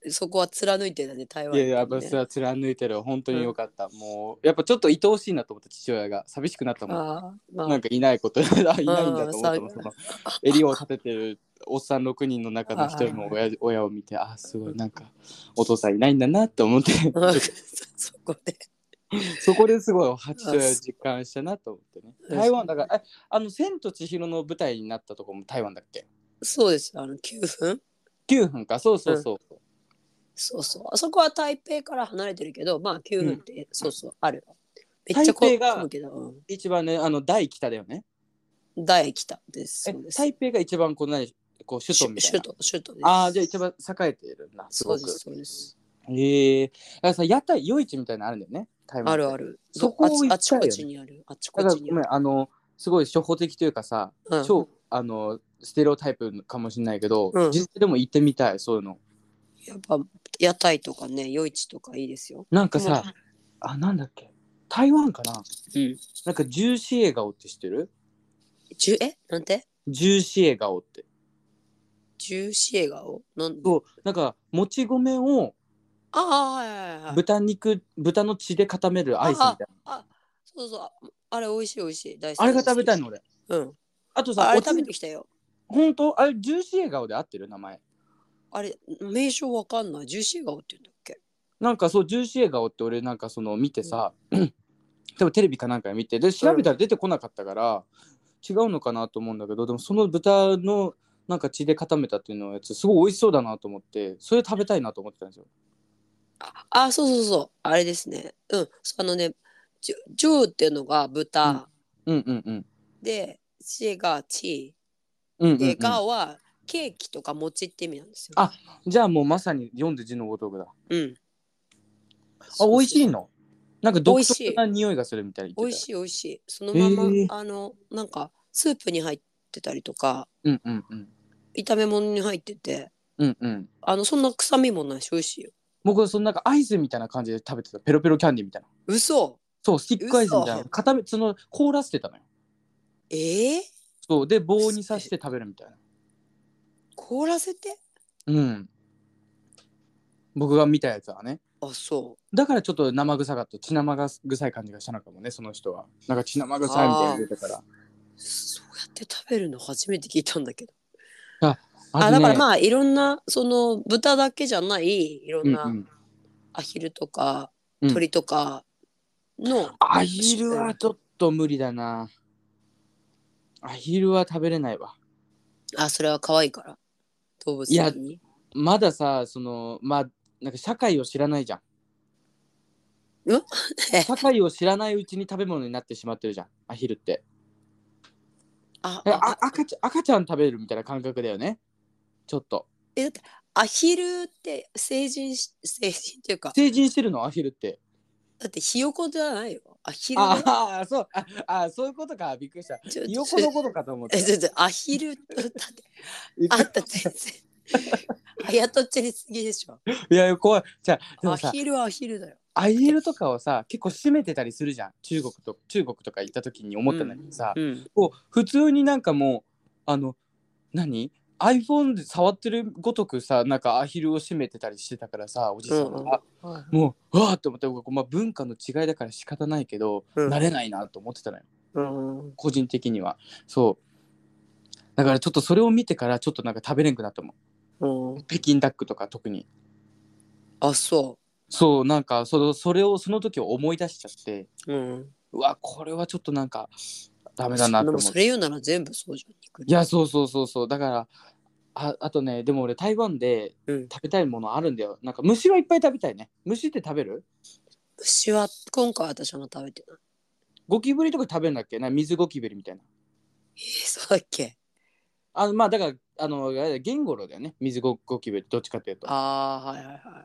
S2: そこは貫いてたね、台湾、
S1: ね。いやいや、やっぱそれは貫いてる。本当によかった。うん、もう、やっぱちょっと愛おしいなと思った、父親が。寂しくなったもん。あ、まあ、なんかいないこと、いないんだと思ったもん。その襟を立ててるおっさんろくにんの中の一人の 親, 親を見て、あ、すごい、なんか、お父さんいないんだなって思って。そこで。そこですごい父親を実感したなと思ってね。台湾だから、あの、千と千尋の舞台になったとこも台湾だっけ？
S2: そうです。あの、きゅうふん ?
S1: きゅう 分か、そうそうそう。うん、
S2: そうそう。あそこは台北から離れてるけど、まあきゅうふんって、うん、そうそう、ある。めっちゃ
S1: 台北が一番ね、あの、大北だよね。
S2: 大北です。
S1: え、台北が一番こう何、こう首都みたいな。
S2: 首都、首都です。
S1: ああ、じゃあ一番栄えてるな、すごく。
S2: そうです、そうです。
S1: へえー。だからさ、屋台、夜市みたいなのあるんだよね。
S2: あるある。
S1: そこを行ったよね。
S2: あちこちにある。あちこちにある。
S1: だからごめん、あの、すごい初歩的というかさ、うん、超、あの、ステレオタイプかもしれないけど、うん、実際でも行ってみたい、そういうの。
S2: やっぱ、屋台とかね、夜市とかいいですよ。
S1: なんかさ、あ、なんだっけ、台湾かな、うん、なんか重視笑顔って知ってる？
S2: じゅえなんて？
S1: 重視笑顔って。
S2: 重視笑顔なん
S1: そう、なんか、もち米を、
S2: ああ、はいはいはい。
S1: 豚肉、豚の血で固めるアイスみたいな。
S2: ああ、そうそう。あれ美味しい美味しい。大好き。
S1: あれが食べたいの俺。
S2: うん。
S1: あとさ、
S2: あれ食べてきたよ。
S1: 本当？あれ、重視笑顔で合ってる名前。
S2: あれ、名称わかんない。重視笑顔って言うんだっけ？
S1: なんかそう、重視笑顔って俺なんかその見てさ、うん、多分テレビかなんかで見て、で、調べたら出てこなかったから、うん、違うのかなと思うんだけど、でもその豚のなんか血で固めたっていうのやつ、すごい美味しそうだなと思って、それ食べたいなと思ってたんですよ。
S2: あ、あ、そうそうそう。あれですね。うん。あのね、ジューっていうのが豚。
S1: うん、うんうんうん。
S2: で、シがチ
S1: ー。うんうんうん、
S2: で、ガはケーキとか餅って意味なんですよ。
S1: あ、じゃあもうまさに読んで字のごとくだ。
S2: うん。
S1: あ、美味しいの？なんか独特な匂いがするみたいな。
S2: 美味しい美味しい。そのまま、あの、なんかスープに入ってたりとか、
S1: うんうんうん、
S2: 炒め物に入ってて、
S1: うんうん、
S2: あの、そんな臭みもないし美味しいよ。
S1: 僕はそのなんかアイスみたいな感じで食べてた。ペロペロキャンディーみたいな。
S2: 嘘？
S1: そう、スティックアイスみたいな。固め、その凍らせてたのよ。
S2: えー、
S1: そうで棒に刺して食べるみたいな。
S2: 凍らせて？
S1: うん。僕が見たやつはね。
S2: あ、そう。
S1: だからちょっと生臭かった、血生が臭い感じがしたのかもね、その人は。なんか血生臭いみたいな言ってたから。
S2: そうやって食べるの初めて聞いたんだけど。
S1: あ、
S2: あ、あ、だからまあいろんなその豚だけじゃないいろんな、うんうん、アヒルとか鳥とかの、うん、
S1: アヒルはちょっと無理だな。アヒルは食べれないわ。
S2: あ、それは可愛いから動物的に。
S1: いやまださ、そのまあなんか社会を知らないじゃん。
S2: うん
S1: 社会を知らないうちに食べ物になってしまってるじゃん、アヒルって。ああ赤ちゃん赤ちゃん食べるみたいな感覚だよね、ちょっと。
S2: え、だってアヒルって成人し成人っていうか
S1: 成人してるのアヒルって。
S2: だってひよこじゃないよ、アヒル。
S1: ああ、そう、ああ、そういうことか、びっくりした。ひよこのことかと思って。
S2: え、ちょっとアヒルだってあんた全然あやとっちりすぎでしょ。
S1: いや怖い。じゃあ
S2: アヒルはアヒルだよ。
S1: アヒルとかをさ結構締めてたりするじゃん、中国と中国とか行った時に思ったんだけどさ、うんうん、こう普通になんかもうあの何 iPhone で触ってるごとくさ、なんかアヒルを締めてたりしてたからさ、おじさんが、うんうん、もううわーって思って、まあ、文化の違いだから仕方ないけど、うん、慣れないなと思ってたのよ、うん、個人的には。そうだからちょっとそれを見てからちょっとなんか食べれんくなったもん、うん、北京ダックとか特に。
S2: あ、そう
S1: そう、なんかそのそれをその時を思い出しちゃって、うん、うわこれはちょっとなんかダメだなって思って。
S2: でもそれ言うなら全部そうじゃん。
S1: いやそうそうそうそう、だからあ, あとね、でも俺台湾で食べたいものあるんだよ、うん、なんか虫はいっぱい食べたいね。虫って食べる？
S2: 虫は今回私も食べてない。
S1: ゴキブリとか食べるんだっけな、水ゴキブリみたいな。
S2: えー、そうだっけ？
S1: あのまあだからあのゲンゴロウだよね、水ゴキブリどっちかっていうと。
S2: ああはいはいはい。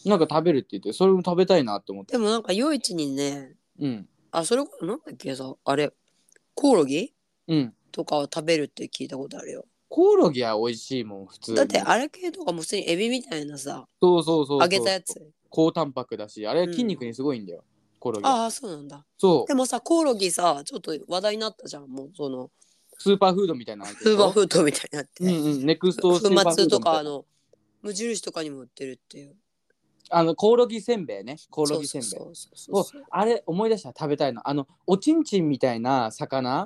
S1: なんか食べるって言って、それも食べたいなと思って。
S2: でもなんか夜市にね、うん、あ、それなんだっけさ、あれコオロギ、うん、とかを食べるって聞いたことあるよ。
S1: コオロギは美味しいもん普通に。
S2: だってあれ系とかも普通にエビみたいなさ、
S1: そうそうそうそう、
S2: 揚げたやつ、
S1: 高タンパクだし、あれ筋肉にすごいんだよ、うん、コオロギ。
S2: ああそうなんだ。
S1: そう
S2: でもさ、コオロギさちょっと話題になったじゃん、もうその
S1: スーパーフードみたいな。
S2: スーパーフードみたいになって、
S1: うんうん、ネクスト
S2: スーパーフードみたいな。粉末とかあの無印とかにも売ってるっていう。
S1: あのコオロギせんべいね。コオロギせんべい。そうそうそうそう。あれ思い出した。食べたいの。あのおちんちんみたいな魚。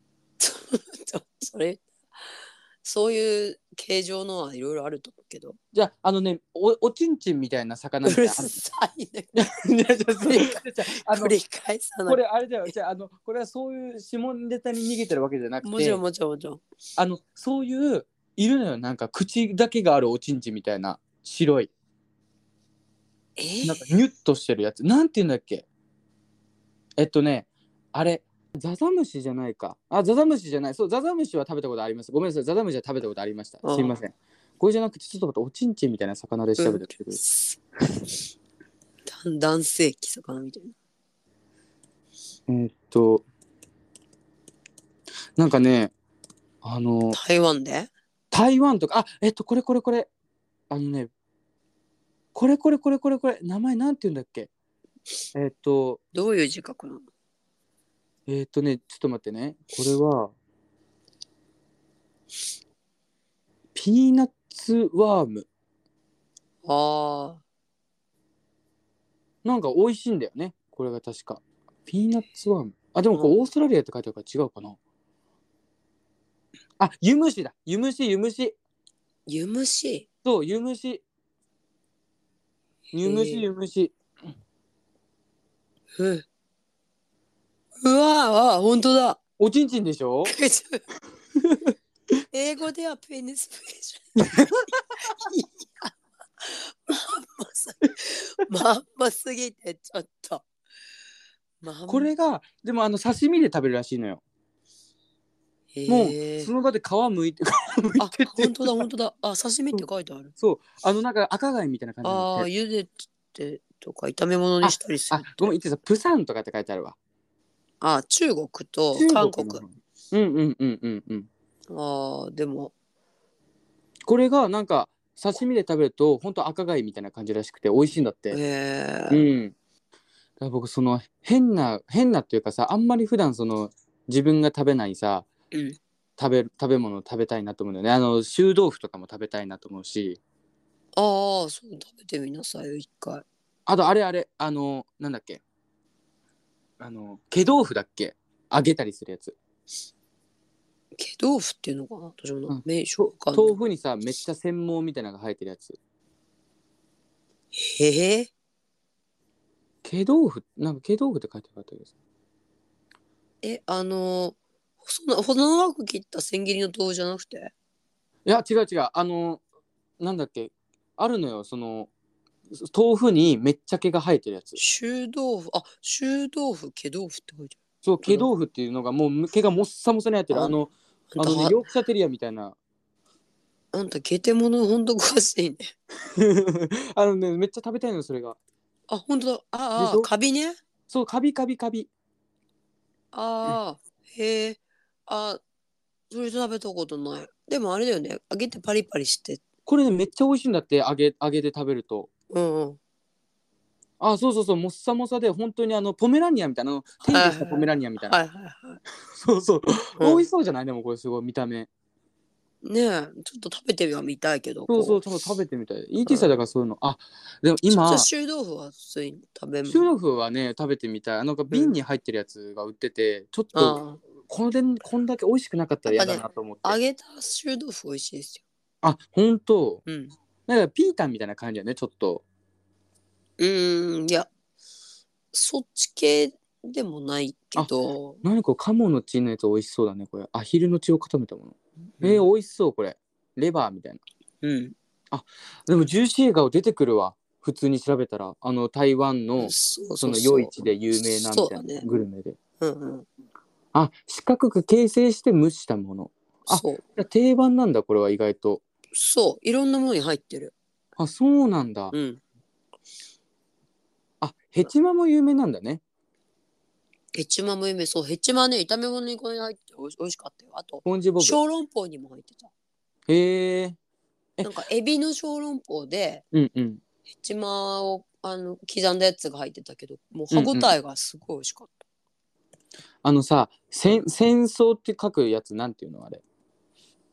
S2: それそういう形状のはいろいろあると思うけど。
S1: じゃああのね お, おちんちんみたいな魚みたいな。うるさいね。繰り返さない。これあれだよ。じゃああのこれはそういう下ネタに逃げてるわけじゃなくて。
S2: もちろんもちろんもちろん。
S1: あのそういういるのよ。なんか口だけがあるおちんちんみたいな白い。えー、なんかニュッとしてるやつ。なんていうんだっけ。えっとねあれ。ザザムシじゃないか。あ、ザザムシじゃない。そう、ザザムシは食べたことあります。ごめんなさい。ザザムシは食べたことありました。すいません。これじゃなくて、ちょっと待って、おちんちんみたいな魚で調べてくる。
S2: うん、男性器魚みたいな。
S1: えー、っと、なんかね、あの、
S2: 台湾で
S1: 台湾とか、あ、えっと、これこれこれ。あのね、これこれこれこれこれ。名前なんて言うんだっけ。えー、っと、
S2: どういう字書くの。
S1: えー、っとね、ちょっと待ってね。これは、ピーナッツワーム。ああ。なんか美味しいんだよね。これが確か。ピーナッツワーム。あ、でもこれオーストラリアって書いてあるから違うかな。あ、湯蒸しだ。湯蒸し、湯蒸し。
S2: 湯蒸し。
S1: そう、湯蒸し。湯蒸し、湯蒸し。
S2: うん。うわあ、本当だ。
S1: おちんちんでしょ。
S2: 英語ではペニスプレーション。いや、まんますまんますぎてちょっと。
S1: ま、これがでもあの刺身で食べるらしいのよ。もうその場で皮むいて皮むいて
S2: って。本当だ本当だ。あ、刺身って書いてある。
S1: そう、あのなんか赤貝みたいな感じ。
S2: ああ、茹でてとか炒め物にしたりする。
S1: あ、ごめん、言ってた。プサンとかって書いてあるわ。
S2: あ、中国と韓国。
S1: うんうんうんうんうん。
S2: ああ、でも
S1: これがなんか刺身で食べると本当赤貝みたいな感じらしくて美味しいんだって。へえ。うん。だから僕その変な変なっていうかさ、あんまり普段その自分が食べないさ、うん、食べ食べ物を食べたいなと思うんだよね。あの臭豆腐とかも食べたいなと思うし。
S2: ああ、そう食べてみなさいよ一回。
S1: あとあれあれあのなんだっけ。あの毛豆腐だっけ。揚げたりするやつ。
S2: 毛豆腐っていうのかな、私も、うん、名
S1: 称かんない。豆腐にさめっちゃ繊毛みたいなのが生えてるやつ。
S2: へえ。
S1: 毛豆腐なんか毛豆腐って書いてあったけどさ。
S2: え、あの細な細長く切った千切りの豆腐じゃなくて。
S1: いや違う違う、あのなんだっけ、あるのよ、その豆腐にめっちゃ毛が生えてるやつ。
S2: 臭豆腐、あ、臭豆腐、毛豆腐って書いてある。
S1: そう、毛豆腐っていうのがもう毛がもっさもさになってる。あのあの、ね、ヨークシャテリアみたいな。
S2: あんたゲテモノほんと詳しいね。
S1: あのね、めっちゃ食べたいのそれが。
S2: あ、ほんとだ。ああ、カビね。
S1: そう、カビカビカビ。
S2: ああ、へえ。あ、それ食べたことない。でもあれだよね、揚げてパリパリして。
S1: これねめっちゃ美味しいんだって、揚げ揚げで食べると。うんうん。あ、そうそうそう、もっさもさで本当にあのポメラニアンみたいな、手入れしたポメラニアンみたいな。はいはいはい。そうそう、うん、美味しそうじゃない。でもこれすごい見た目。ね
S2: え、ちょっと食べてはみたいけど。
S1: そうそう、多分食べてみたい。イーティー さんだからそういうの。あ、でも今。
S2: じゃあ臭豆腐は普通に食べる。
S1: 臭豆腐はね食べてみたい。あの瓶に入ってるやつが売ってて、うん、ちょっとこれこんだけ美味しくなかったら嫌だなと思って。
S2: ね、揚げた臭豆腐美味しいですよ。
S1: あ、本当。うん。なんかピータンみたいな感じだね、ちょっと。
S2: うーん、いや、そっち系でもないけど。
S1: 何これ、カモの血のやつ美味しそうだね、これ。アヒルの血を固めたもの。うん、えー、美味しそう、これ。レバーみたいな。うん。あ、でもジューシーガオ出てくるわ。普通に調べたら。あの、台湾の、その夜市で有名なみたいなグルメで。うんうん。あ、四角く形成して蒸したもの。あ、そう。定番なんだ、これは意外と。
S2: そう、いろんなものに入ってる。
S1: あ、そうなんだ。うん。あ、ヘチマも有名なんだね。
S2: ヘチマも有名。そう、ヘチマね、炒め物にこれ入っておい、おいしかったよ。あと、小籠包にも入ってた。へえ。なんかエビの小籠包で、うんうん、ヘチマをあの刻んだやつが入ってたけど、もう歯ごたえがすごい美味しかった。
S1: うんうん、あのさ、戦争って書くやつなんていうのあれ。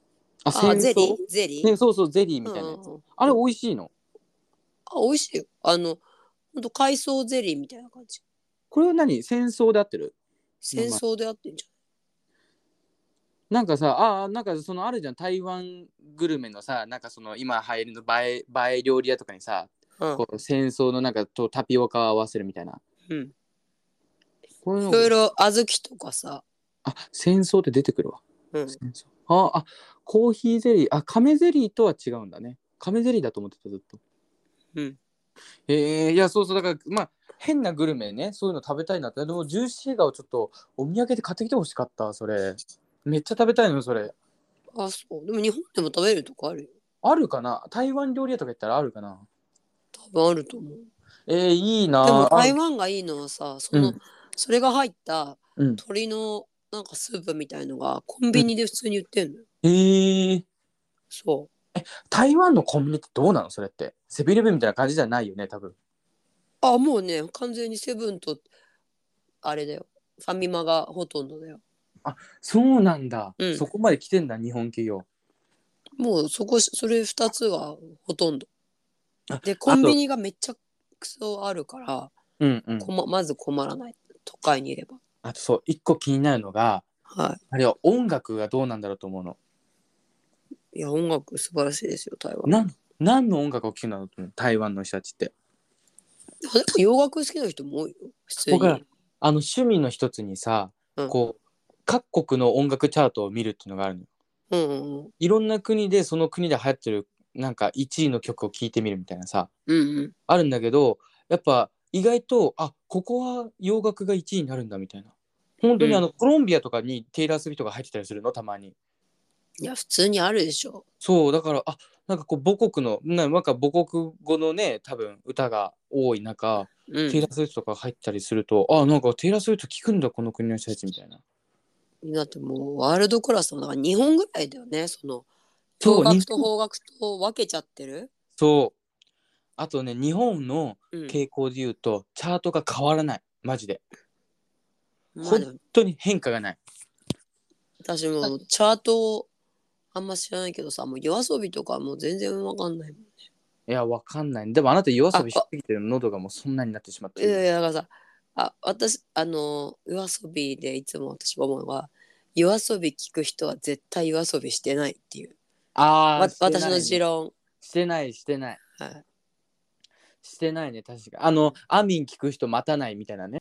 S1: あ、戦争
S2: ゼリーゼリー、
S1: ね、そうそう、ゼリーみたいなやつ。うんうん、あれ美味しいの？
S2: あ、美味しいよ。あの、ほんと海藻ゼリーみたいな感じ。
S1: これは何？戦争で合ってる？
S2: 戦争で合ってんじゃん。
S1: なんかさ、あ、なんかそのあるじゃん、台湾グルメのさ、なんかその今流行りの映え、映え料理屋とかにさ、うん、こう戦争のなんかとタピオカを合わせるみたいな。うん。
S2: こういうのいろいろ小豆とかさ。
S1: あ、戦争って出てくるわ。うん。戦争。あ、あ、コーヒーゼリー、あ、亀ゼリーとは違うんだね。亀ゼリーだと思ってたずっと。うん。えー、いや、そうそう、だからまあ変なグルメね、そういうの食べたいなって。でもジューシーガをちょっとお土産で買ってきてほしかった、それ。めっちゃ食べたいのそれ。
S2: あ、そう。でも日本でも食べるとこあるよ。
S1: あるかな？台湾料理屋とか行ったらあるかな？
S2: 多分あると思う。
S1: えー、いいな。
S2: でも台湾がいいのはさ、その、うん、それが入った鶏のなんかスープみたいのがコンビニで普通に売ってんのよ。
S1: うん、えー、
S2: そう。
S1: え、台湾のコンビニってどうなのそれって？セブンイレブンみたいな感じじゃないよね、多分。
S2: あ、もうね、完全にセブンとあれだよ。ファミマがほとんどだよ。
S1: あ、そうなんだ。うん、そこまで来てんだ、日本企業。
S2: もうそこ、それふたつがほとんど。で、コンビニがめっちゃくそあるから、うんうん、こま、まず困らない。都会にいれば。
S1: あとそう、一個気になるのが、はい、あれは音楽がどうなんだろうと思うの。
S2: いや、音楽素晴らしいですよ、台湾。
S1: な何の音楽を聴くんだろうと思う、台湾の人たちって。
S2: 洋楽好きな人も多いよ、普通に。
S1: 僕はあの趣味の一つにさ、うん、こう各国の音楽チャートを見るっていうのがあるのよ。うんうんうん、いろんな国でその国で流行ってるなんかいちいの曲を聴いてみるみたいなさ、うんうん、あるんだけど、やっぱ意外とあここは洋楽がいちいになるんだみたいな。本当にあの、うん、コロンビアとかにテイラー・スウィフトが入ってたりするのたまに。
S2: いや普通にあるでしょ。
S1: そうだからあなんかこう母国のなんか母国語のね多分歌が多い中、うん、テイラー・スウィフトとか入ったりするとあなんかテイラー・スウィフト聞くんだこの国の人たちみたいな。
S2: だってもうワールドクラスのだから日本ぐらいだよね、その洋楽と邦楽と分けちゃってる。
S1: そうあとね日本の傾向で言うと、うん、チャートが変わらないマジで、まあ、本当に変化がない。
S2: 私もチャートあんま知らないけどさ、もうYOASOBIとかもう全然わかんないもんね。
S1: いやわかんない。でもあなたYOASOBIしすぎて喉がもうそんなになってしまってる。
S2: いやいやだからさ、あ私あのYOASOBIでいつも私が思うのはYOASOBI聞く人は絶対YOASOBIしてないっていう。ああ、ね、私の持論。
S1: してないしてない。はい。してないね確か。あのアミン聞く人待たないみたいなね。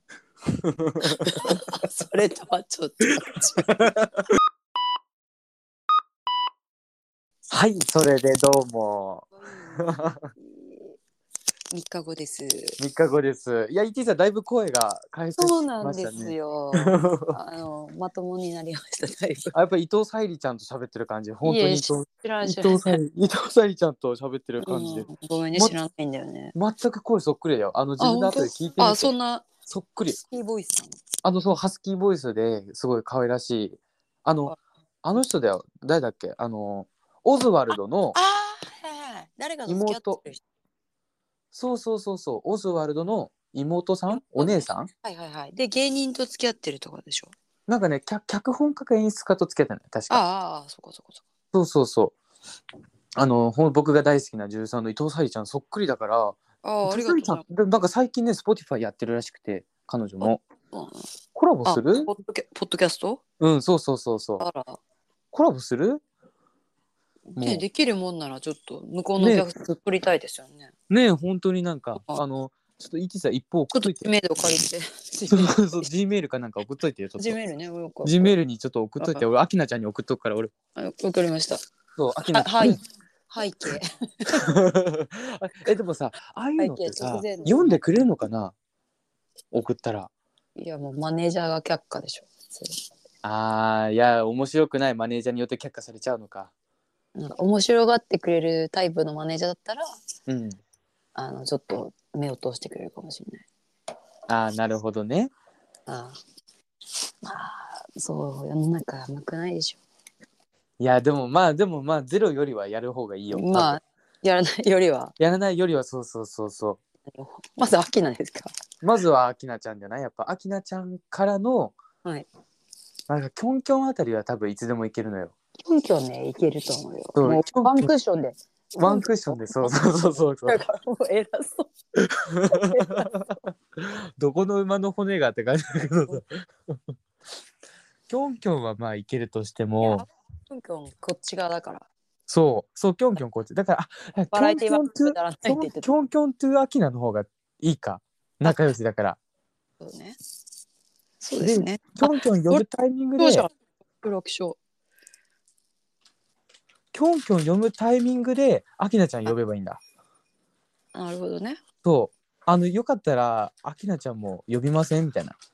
S2: それとはちょっと違う。
S1: はい、それでどうも。
S2: みっかごです。
S1: みっかごです。いや、イティさんだいぶ声が回復しましたね。
S2: そうなんですよ。あのまともになりましただいぶ。
S1: あやっぱり伊藤沙莉ちゃんと喋ってる感じ。本当に伊藤伊藤沙莉伊藤沙莉ちゃんと喋ってる感じで。うん、
S2: ごめんね、ま、知らないんだよね。
S1: 全く声そっくりだよ。あの自分の後で聞いてみて。
S2: あ、そんな
S1: そっくり。
S2: ハスキーボイスなの。
S1: あのそうハスキーボイスですごい可愛らしい。あのあの人だよ。誰だっけ？あのオズワルドの。
S2: ああ、はいはい。誰かと付き合ってる人。
S1: そうそうそうそう。オズワルドの妹さん、お姉さん。
S2: はいはいはい。で芸人と付き合ってるとかでしょ。
S1: なんかね、脚脚本家か演出家と付き合ってない確か。
S2: ああ、そこそこそこ。
S1: そうそうそう。あの僕が大好きな女優さんの伊藤沙莉ちゃんそっくりだから。ああ、ありがとうございます。なんか最近ね Spotify やってるらしくて彼女も。コラボする？
S2: ポッドキャ、ポッドキャスト？
S1: うん、そうそうそうそう。あら。コラボする？
S2: ね、できるもんならちょっと向こうのお客さん作りたいですよね。
S1: ねえ、本当になんかあのちょっとイティさん一方送っといて。
S2: G メールを借りて。
S1: そうそう G メールかなんか送っといてよちょっと。
S2: G メールね。
S1: G メールにちょっと送っといて。俺アキナちゃんに送っとくから俺。
S2: わかりました。
S1: そうアキナ。
S2: はい。背景。
S1: えでもさああいうのってさ読んでくれるのかな？送ったら。
S2: いやもうマネージャーが却下でしょ。
S1: ああいや面白くないマネージャーによって却下されちゃうのか。
S2: なんか面白がってくれるタイプのマネージャーだったら、うん、あのちょっと目を通してくれるかもしれない。
S1: ああなるほどね。
S2: ああまあそう世の中甘くないでしょ。
S1: いやでもまあでもまあゼロよりはやる方がいいよ。
S2: まあやらないよりは
S1: やらないよりはそうそうそうそう。
S2: まずアキナですか？
S1: まずはアキナちゃんじゃない？やっぱアキナちゃんからの、はい、なんかキョンキョンあたりは多分いつでもいけるのよ。
S2: キョンキョンねいけると思うよ。もうワンクッションで。
S1: ワンクッションでそうそうそうそうそう。
S2: だからもう偉そう。
S1: どこの馬の骨がって感じだけどさ。キョンキョンはまあいけるとしても。
S2: キョンキョンこっち側だから。
S1: そうそうキョンキョンこっちだからあ
S2: バラエティーはくだらないって言ってた。
S1: キョンキョントゥアキナの方がいいか仲良しだから。
S2: そうね。そうですね。
S1: キョンキョン呼ぶタイミングで。
S2: 黒木賞。
S1: キョンキョン読むタイミングでアキナちゃん呼べばいいんだ。
S2: なるほどね。
S1: そうあのよかったらアキナちゃんも呼びませんみたいな。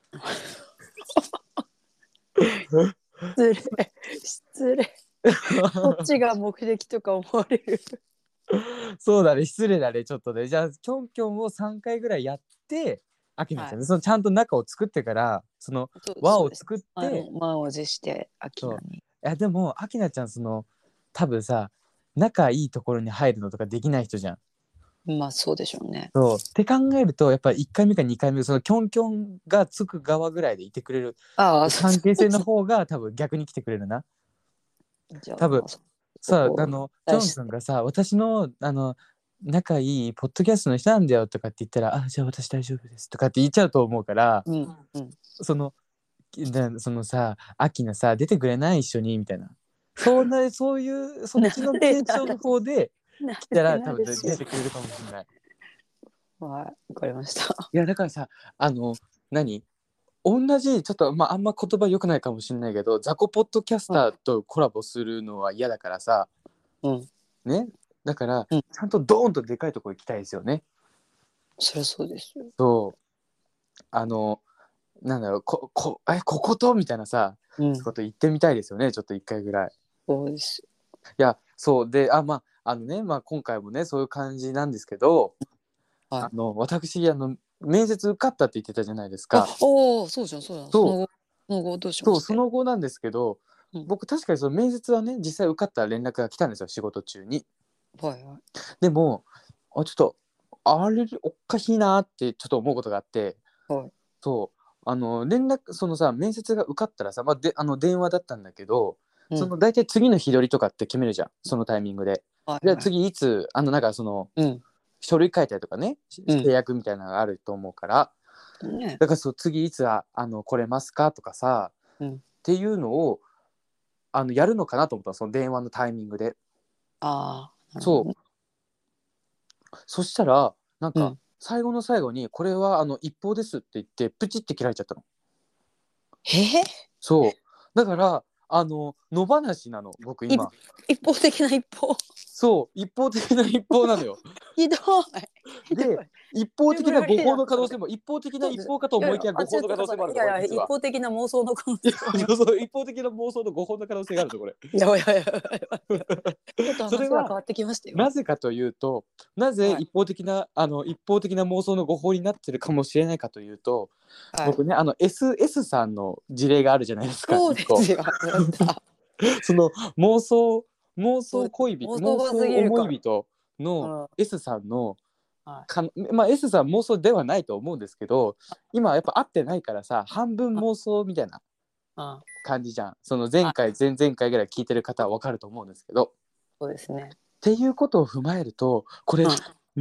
S2: 失礼失礼。こっちが目的とか思われる。
S1: そうだね失礼だねちょっとね。じゃあキョンキョンをさんかいぐらいやってアキナちゃん、はい、そのちゃんと中を作ってからその輪を作って
S2: 満を持してアキナに。い
S1: やでもアキナちゃんその多分さ仲いいところに入るのとかできない人じゃん。
S2: まあそうでしょうね。
S1: そうって考えるとやっぱりいっかいめかにかいめそのキョンキョンがつく側ぐらいでいてくれる関係性の方が多分逆に来てくれるな。じゃあ多分さあのキョンさんがさ私のあの仲いいポッドキャストの人なんだよとかって言ったらあじゃあ私大丈夫ですとかって言っちゃうと思うから、うんうん、そのそのさアキナさ出てくれない一緒にみたいなそんなそういうそっちのテンションの方で来たら多分出てくれるかもしれない。
S2: はい、わかりました。
S1: いやだからさあの何同じちょっとまああんま言葉良くないかもしれないけどザコポッドキャスターとコラボするのは嫌だからさ、うん、ねだから、うん、ちゃんとドーンとでかいところ行きたいですよね。
S2: そりゃそうですよ。
S1: そうあのなんだろうここえこことみたいなさ、うん、こと言ってみたいですよねちょっと一回ぐらい。
S2: そうです。
S1: いやそうであまああのねまあ今回もねそういう感じなんですけど、はい、あの私あの面接受かったって言ってたじゃないですか。
S2: おおそうじゃんそうじゃん。その後その後どうしました？
S1: そうその後なんですけど、うん、僕確かにその面接はね実際受かった連絡が来たんですよ仕事中に。はいはい。でもあちょっとあれおかしいなってちょっと思うことがあって、はい、そうあの連絡そのさ面接が受かったらさ、まあ、であの電話だったんだけど、うん、その大体次の日取りとかって決めるじゃんそのタイミングで。はいはい、じゃあ次いつあのなんかその、うん、書類書いたりとかね契約みたいなのがあると思うから、うん、だからそう次いつああの来れますかとかさ、うん、っていうのをあのやるのかなと思ったその電話のタイミングで。ああそうそしたらなんか、うん、最後の最後にこれはあの一報ですって言ってプチって切られちゃったの。
S2: へえ
S1: そうだからあの野放しなの僕今。
S2: 一方的な一方。
S1: そう一方的な一方なのよ。
S2: ひどい。
S1: で一方的な誤報の可能性も一方的な一方かと思いきや誤報の可能性もある。
S2: いやいや一方的な妄想の可能性
S1: そう一方的な妄想の誤報の可能性があるとこれ。
S2: いやいやいやいやちょっと話が変わってきましたよ。
S1: なぜかというとなぜ一方的な、はい、あの一方的な妄想の誤報になってるかもしれないかというと、はい、僕ねあの エスエス さんの事例があるじゃないですか。
S2: そうですよ。
S1: その妄想妄想恋人妄想思い人の S さんの、うんかまあ、S さん妄想ではないと思うんですけど今やっぱ会ってないからさ半分妄想みたいな感じじゃん。その前回前々回ぐらい聞いてる方は分かると思うんですけど。
S2: そうですね。
S1: っていうことを踏まえるとこれ、うん、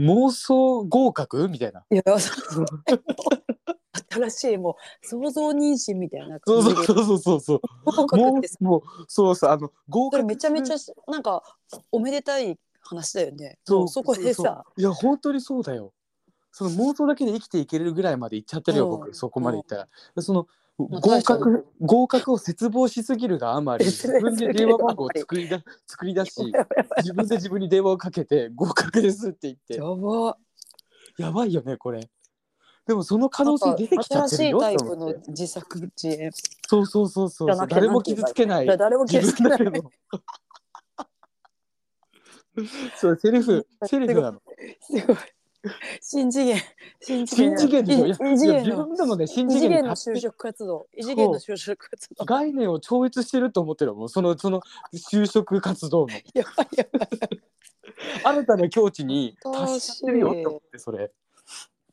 S1: 妄想合格みたいな。いや
S2: 新しいもう想像妊娠みたいな
S1: 感じで。そうそうそうそう合格ってもうそうそうあの合格
S2: めちゃめちゃなんかおめでたい話だよね。そう、そこでさ
S1: いや本当にそうだよ。その妄想だけで生きていけるぐらいまでいっちゃってるよ、うん、僕そこまでいったら、うん、その合格合格を絶望しすぎるがあまり自分で電話番号を作りだ作り出し自分で自分に電話をかけて合格ですって言って
S2: やば
S1: やばいよねこれ。でもその可能性出てきちゃってるよ。
S2: 新しいタイプの自作自演。
S1: そうそうそうそうそう誰も傷つけない
S2: 誰も傷つけない
S1: そうセリフセリフなの。
S2: すごい新次元
S1: 新次元でしょ。いや
S2: 異次元
S1: 自分でもね新
S2: 次元の就職活動異次元の就職活動
S1: 概念を超越してると思ってるもんそのその就職活動の
S2: やばいやばい。
S1: 新たな境地に達してるよって思ってそれ。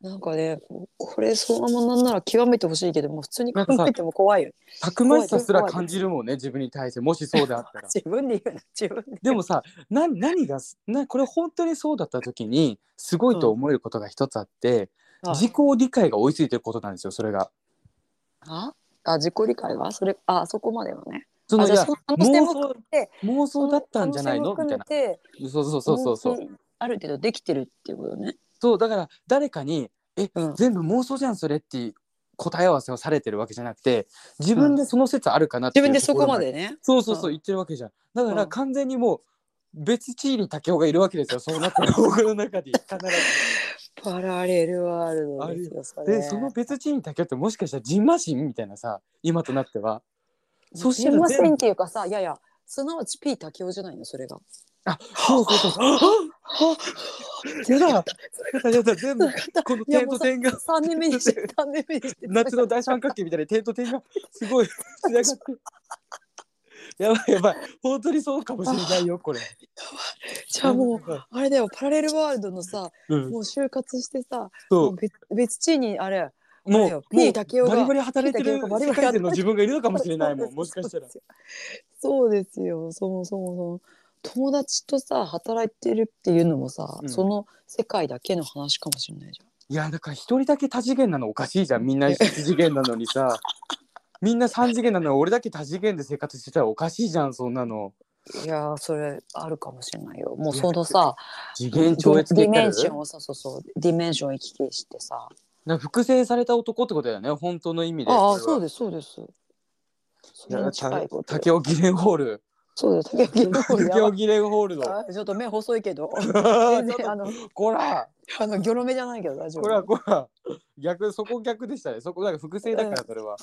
S2: なんかね、これそのままなんなら極めてほしいけども、普通に考えても怖いよ。
S1: たくましさすら感じるもんね、自分に対して、もしそうであったら。
S2: 自分で言うな、自分で。
S1: でもさ、な何がなこれ本当にそうだった時にすごいと思えることが一つあって、うん、自己理解が追いついてることなんですよ、それが。
S2: ああ、自己理解がそれ、あ、そこまではね。
S1: そのいや
S2: 妄想
S1: 妄想だったんじゃないのみたいな。そうそうそうそうそう。
S2: ある程度できてるっていうことね。
S1: そうだから誰かにえ、うん、全部妄想じゃんそれって答え合わせをされてるわけじゃなくて、自分でその説あるかなっていう、
S2: うん、自分でそこまでね。
S1: そうそうそう、うん、言ってるわけじゃん。だから完全にもう別地位に竹雄がいるわけですよ。そうなったら僕の中に必ず。
S2: パラレルワールドですよ、それ。
S1: でその別地位に竹雄ってもしかしたらジンマシンみたいなさ、今となっては。
S2: そしたらジンマシンっていうかさ、いやいや、すなわち P 竹雄じゃないの、それが。
S1: あ、そうそうそう。やだ、やだやだ、全部この点と点が
S2: 三年目にして三年目にして
S1: 夏の大三角形みたいな点と点がすごいつながって。やばいやばい、本当にそうかもしれないよこれ。
S2: じゃあもうあれだよ、パラレルワールドのさ、うん、もう就活してさ、もう別別地にあれ。
S1: もう P 竹雄がバリバリ働いてる世界線の自分がいるのかもしれないもん、もしかしたら。
S2: そうですよ、そもそもその友達とさ働いてるっていうのもさ、うん、その世界だけの話かもしれないじゃん。
S1: いやだから一人だけ多次元なのおかしいじゃん。みんな一次元なのにさみんな三次元なのに俺だけ多次元で生活してたらおかしいじゃん、そんなの。
S2: いやそれあるかもしれないよ。もうそのさ
S1: 次元超越
S2: ディメンションをさ、そうそうディメンション行き来してさ、
S1: 複製された男ってことだよね、本当の意味で。
S2: ああ、そうですそうです。
S1: それに近いこと。竹尾ギレンホール。
S2: そうです、竹尾ギレンホール。
S1: 竹尾ギレンホールの。
S2: ちょっと目細いけど。全然あの
S1: こら。
S2: あのギョロ目じゃないけど大丈夫。
S1: こらこら。逆そこ逆でしたね。そこなんか複製だからそれは。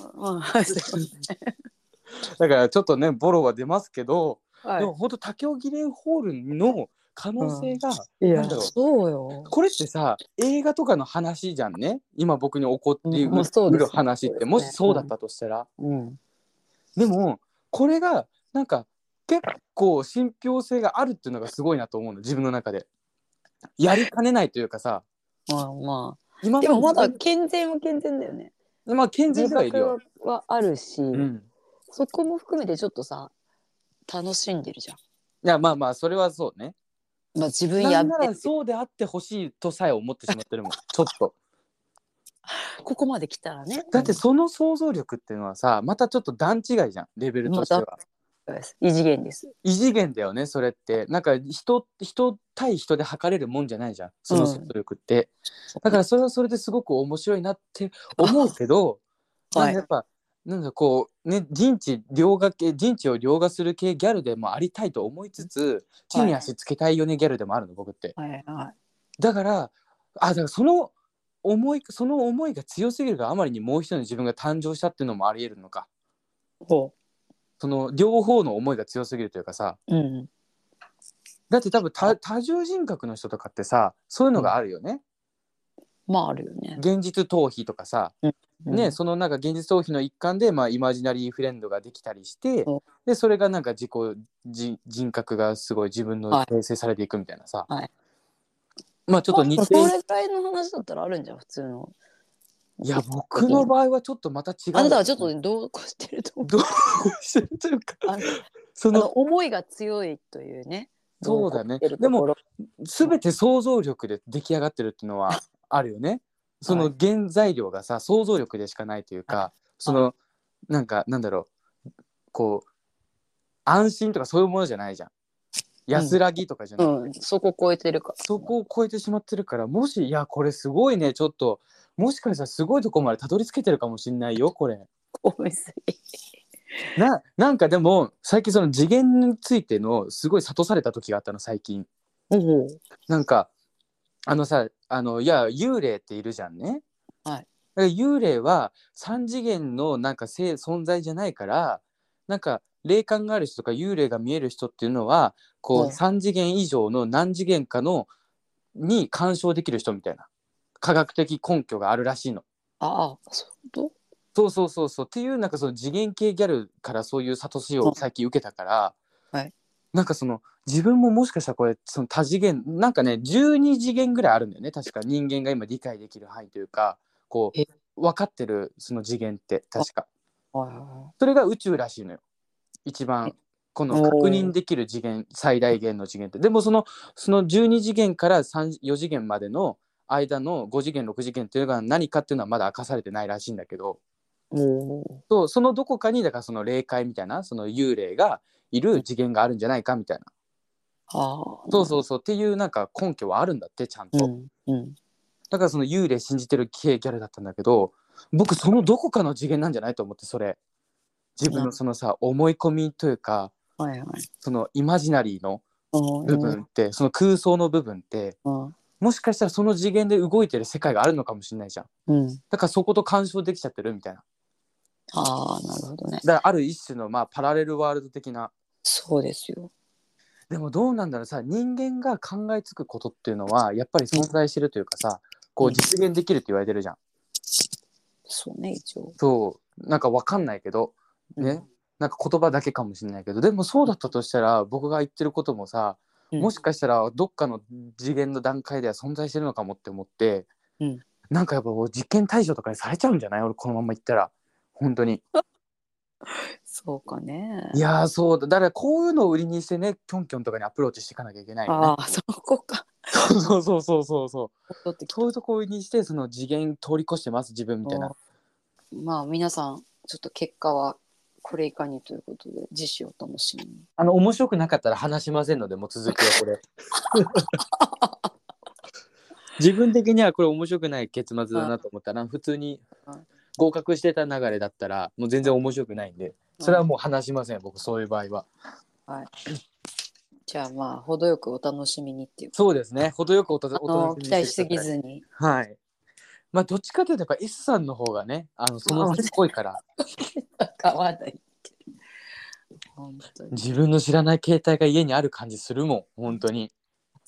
S1: だからちょっとねボロは出ますけど、でも本当竹尾ギレンホールの可能性が、
S2: うん、なんだろう、そうよ。
S1: これってさ映画とかの話じゃんね、今僕に起こっている話って、もしそうだったとしたら、うんうん、でもこれがなんか結構信憑性があるっていうのがすごいなと思うの、自分の中で。やりかねないというかさ、
S2: まあまあ今でもまだ健全は健全だよね。
S1: まあ健全ではいるよ。
S2: 自覚はあるし、うん、そこも含めてちょっとさ楽しんでるじゃん。い
S1: やまあまあそれはそうね。
S2: まあ自分やって
S1: なんならそうであってほしいとさえ思ってしまってるもんちょっと
S2: ここまで来たらね。
S1: だってその想像力っていうのはさまたちょっと段違いじゃん、レベルとしては。
S2: 異次元です。
S1: 異次元だよねそれって。なんか人人対人で測れるもんじゃないじゃん、その想像力って、うん、だからそれはそれですごく面白いなって思うけどなんかやっぱ、はい、なんかこうね人知凌駕系人知を凌駕する系ギャルでもありたいと思いつつ、地に足つけたいよねギャルでもあるの僕って、
S2: はいはい、
S1: だからあだからその思いその思いが強すぎるがあまりにもう一人の自分が誕生したっていうのもあり得るのか。
S2: ほう、
S1: その両方の思いが強すぎるというかさ、うん、だって多分多多重人格の人とかってさそういうのがあるよね、
S2: うん、まああるよね。
S1: 現実逃避とかさ、うんうん、ね、そのなんか現実逃避の一環で、まあ、イマジナリーフレンドができたりして、うん、でそれがなんか自己人人格がすごい自分の形成されていくみたいなさ、はいはい、まあちょっと似て、
S2: それぐらいの話だったらあるんじゃん普通の。
S1: いや僕の場合はちょっとまた違う。
S2: あなたはちょっとどうこうしてると思う。
S1: どうこうしてるというか
S2: その思いが強いというね。
S1: そうだね。でも全て想像力で出来上がってるっていうのはあるよね。その原材料がさ想像力でしかないというか、はい、そのなんかなんだろうこう安心とかそういうものじゃないじゃん。安らぎとかじゃない、
S2: うんうん、そこを超えてるから。
S1: そこを超えてしまってるから、もしいやこれすごいねちょっともしかしたらすごいとこまでたどり着けてるかもしれないよこれ。な, なんかでも最近その次元についてのすごい諭された時があったの最近。おなんかあのさあのいや幽霊っているじゃんね。はい。幽霊はさん次元のなんか存在じゃないからなんか霊感がある人とか幽霊が見える人っていうのはこう、はい、さん次元以上の何次元かのに干渉できる人みたいな科学的根拠があるらしいの。
S2: ああ、そういうこと
S1: そうそうそうそうっていうなんかその次元系ギャルからそういう諭しを最近受けたから、はい、 なんかその自分ももしかしたらこれその多次元なんかねじゅうに次元ぐらいあるんだよね、確か人間が今理解できる範囲というかこう分かってるその次元って確かそれが宇宙らしいのよ一番この確認できる次元最大限の次元って。でもそのそのじゅうに次元からさんよ次元までの間のご次元ろく次元っていうのが何かっていうのはまだ明かされてないらしいんだけど、そうそのどこかにだからその霊界みたいなその幽霊がいる次元があるんじゃないかみたいな、あそうそうそうっていうなんか根拠はあるんだってちゃんと、うんうん、だからその幽霊信じてる系ギャルだったんだけど僕そのどこかの次元なんじゃないと思って、それ自分のそのさ思い込みというか、はいはい、そのイマジナリーの部分ってその空想の部分ってもしかしたらその次元で動いてる世界があるのかもしれないじゃん、うん、だからそこと干渉できちゃってるみたいな。ああなるほどね。だからある一種のまあパラレルワールド的な。そうですよ。でもどうなんだろうさ、人間が考えつくことっていうのはやっぱり存在してるというかさ、こう実現できるって言われてるじゃん、うん、そうね一応。そうなんか分かんないけどね、うん、なんか言葉だけかもしれないけどでもそうだったとしたら僕が言ってることもさ、うん、もしかしたらどっかの次元の段階では存在してるのかもって思って、うん、なんかやっぱ実験対象とかにされちゃうんじゃない俺このまま言ったら本当にそうかね。いやそうだだからこういうのを売りにしてねキョンキョンとかにアプローチしていかなきゃいけないよね。ああそこか。そうそうそうそうそうそうそういうところにしてその次元通り越してます自分みたいな。まあ皆さんちょっと結果はこれいかにということで次週お楽しみに。あの面白くなかったら話しませんのでもう続きはこれ自分的にはこれ面白くない結末だなと思ったら普通に合格してた流れだったらもう全然面白くないんでそれはもう話しません僕そういう場合は。はいじゃあまあ程よくお楽しみにっていう。そうですね程よくおたお楽しみに期待しすぎずに。はいまあどっちかというとやっぱ S さんの方がねあのその先っぽいから買わない本当に自分の知らない携帯が家にある感じするもん本当に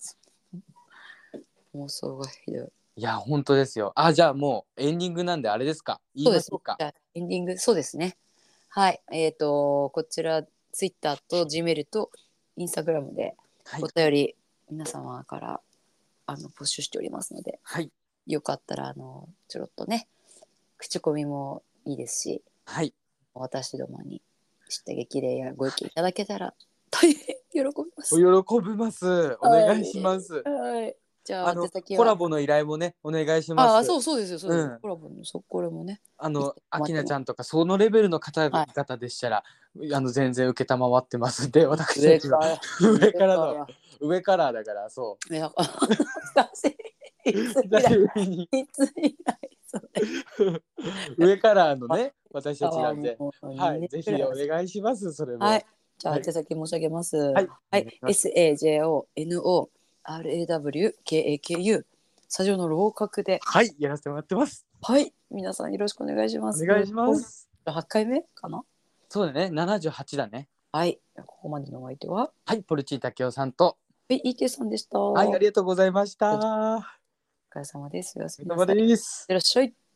S1: 妄想がひどい。いや本当ですよ。あじゃあもうエンディングなんであれですか言いましょうか。そうです。エンディングそうですねはいえっ、ー、とこちら Twitter と Gmail と Instagram でお便り皆様からあの募集しておりますので、はい、よかったらあのちょろっとね口コミもいいですし、はい、私どもに知った激励やご意見いただけたら大変喜びます。喜びますお願いします。はい、はいじゃあ、あのコラボの依頼もねお願いします。ああそうそうですよそうです、うん、コラボのそこれもねあのアキナちゃんとかそのレベルの方々でしたら、はい、あの全然受けたまわってますんで私たちは上からの上からだからそういや難しい久しぶりに上からのね私たちがねはいぜひお願いしますそれも。はいじゃあ手先申し上げます。はい、はい、エスエージェーオーエヌオーアールエーダブリューケーエーケーユー スタジオの楼閣ではいやらせてもらってます。はい皆さんよろしくお願いします。お願いします。はちかいめかなそうだねななじゅうはちだね。はいここまでのお相手ははいポルチータケオさんとはいイーティーさんでした。はいありがとうございました。お疲れ様です。おやすみなさい。お疲れ様です。いってらっしゃい。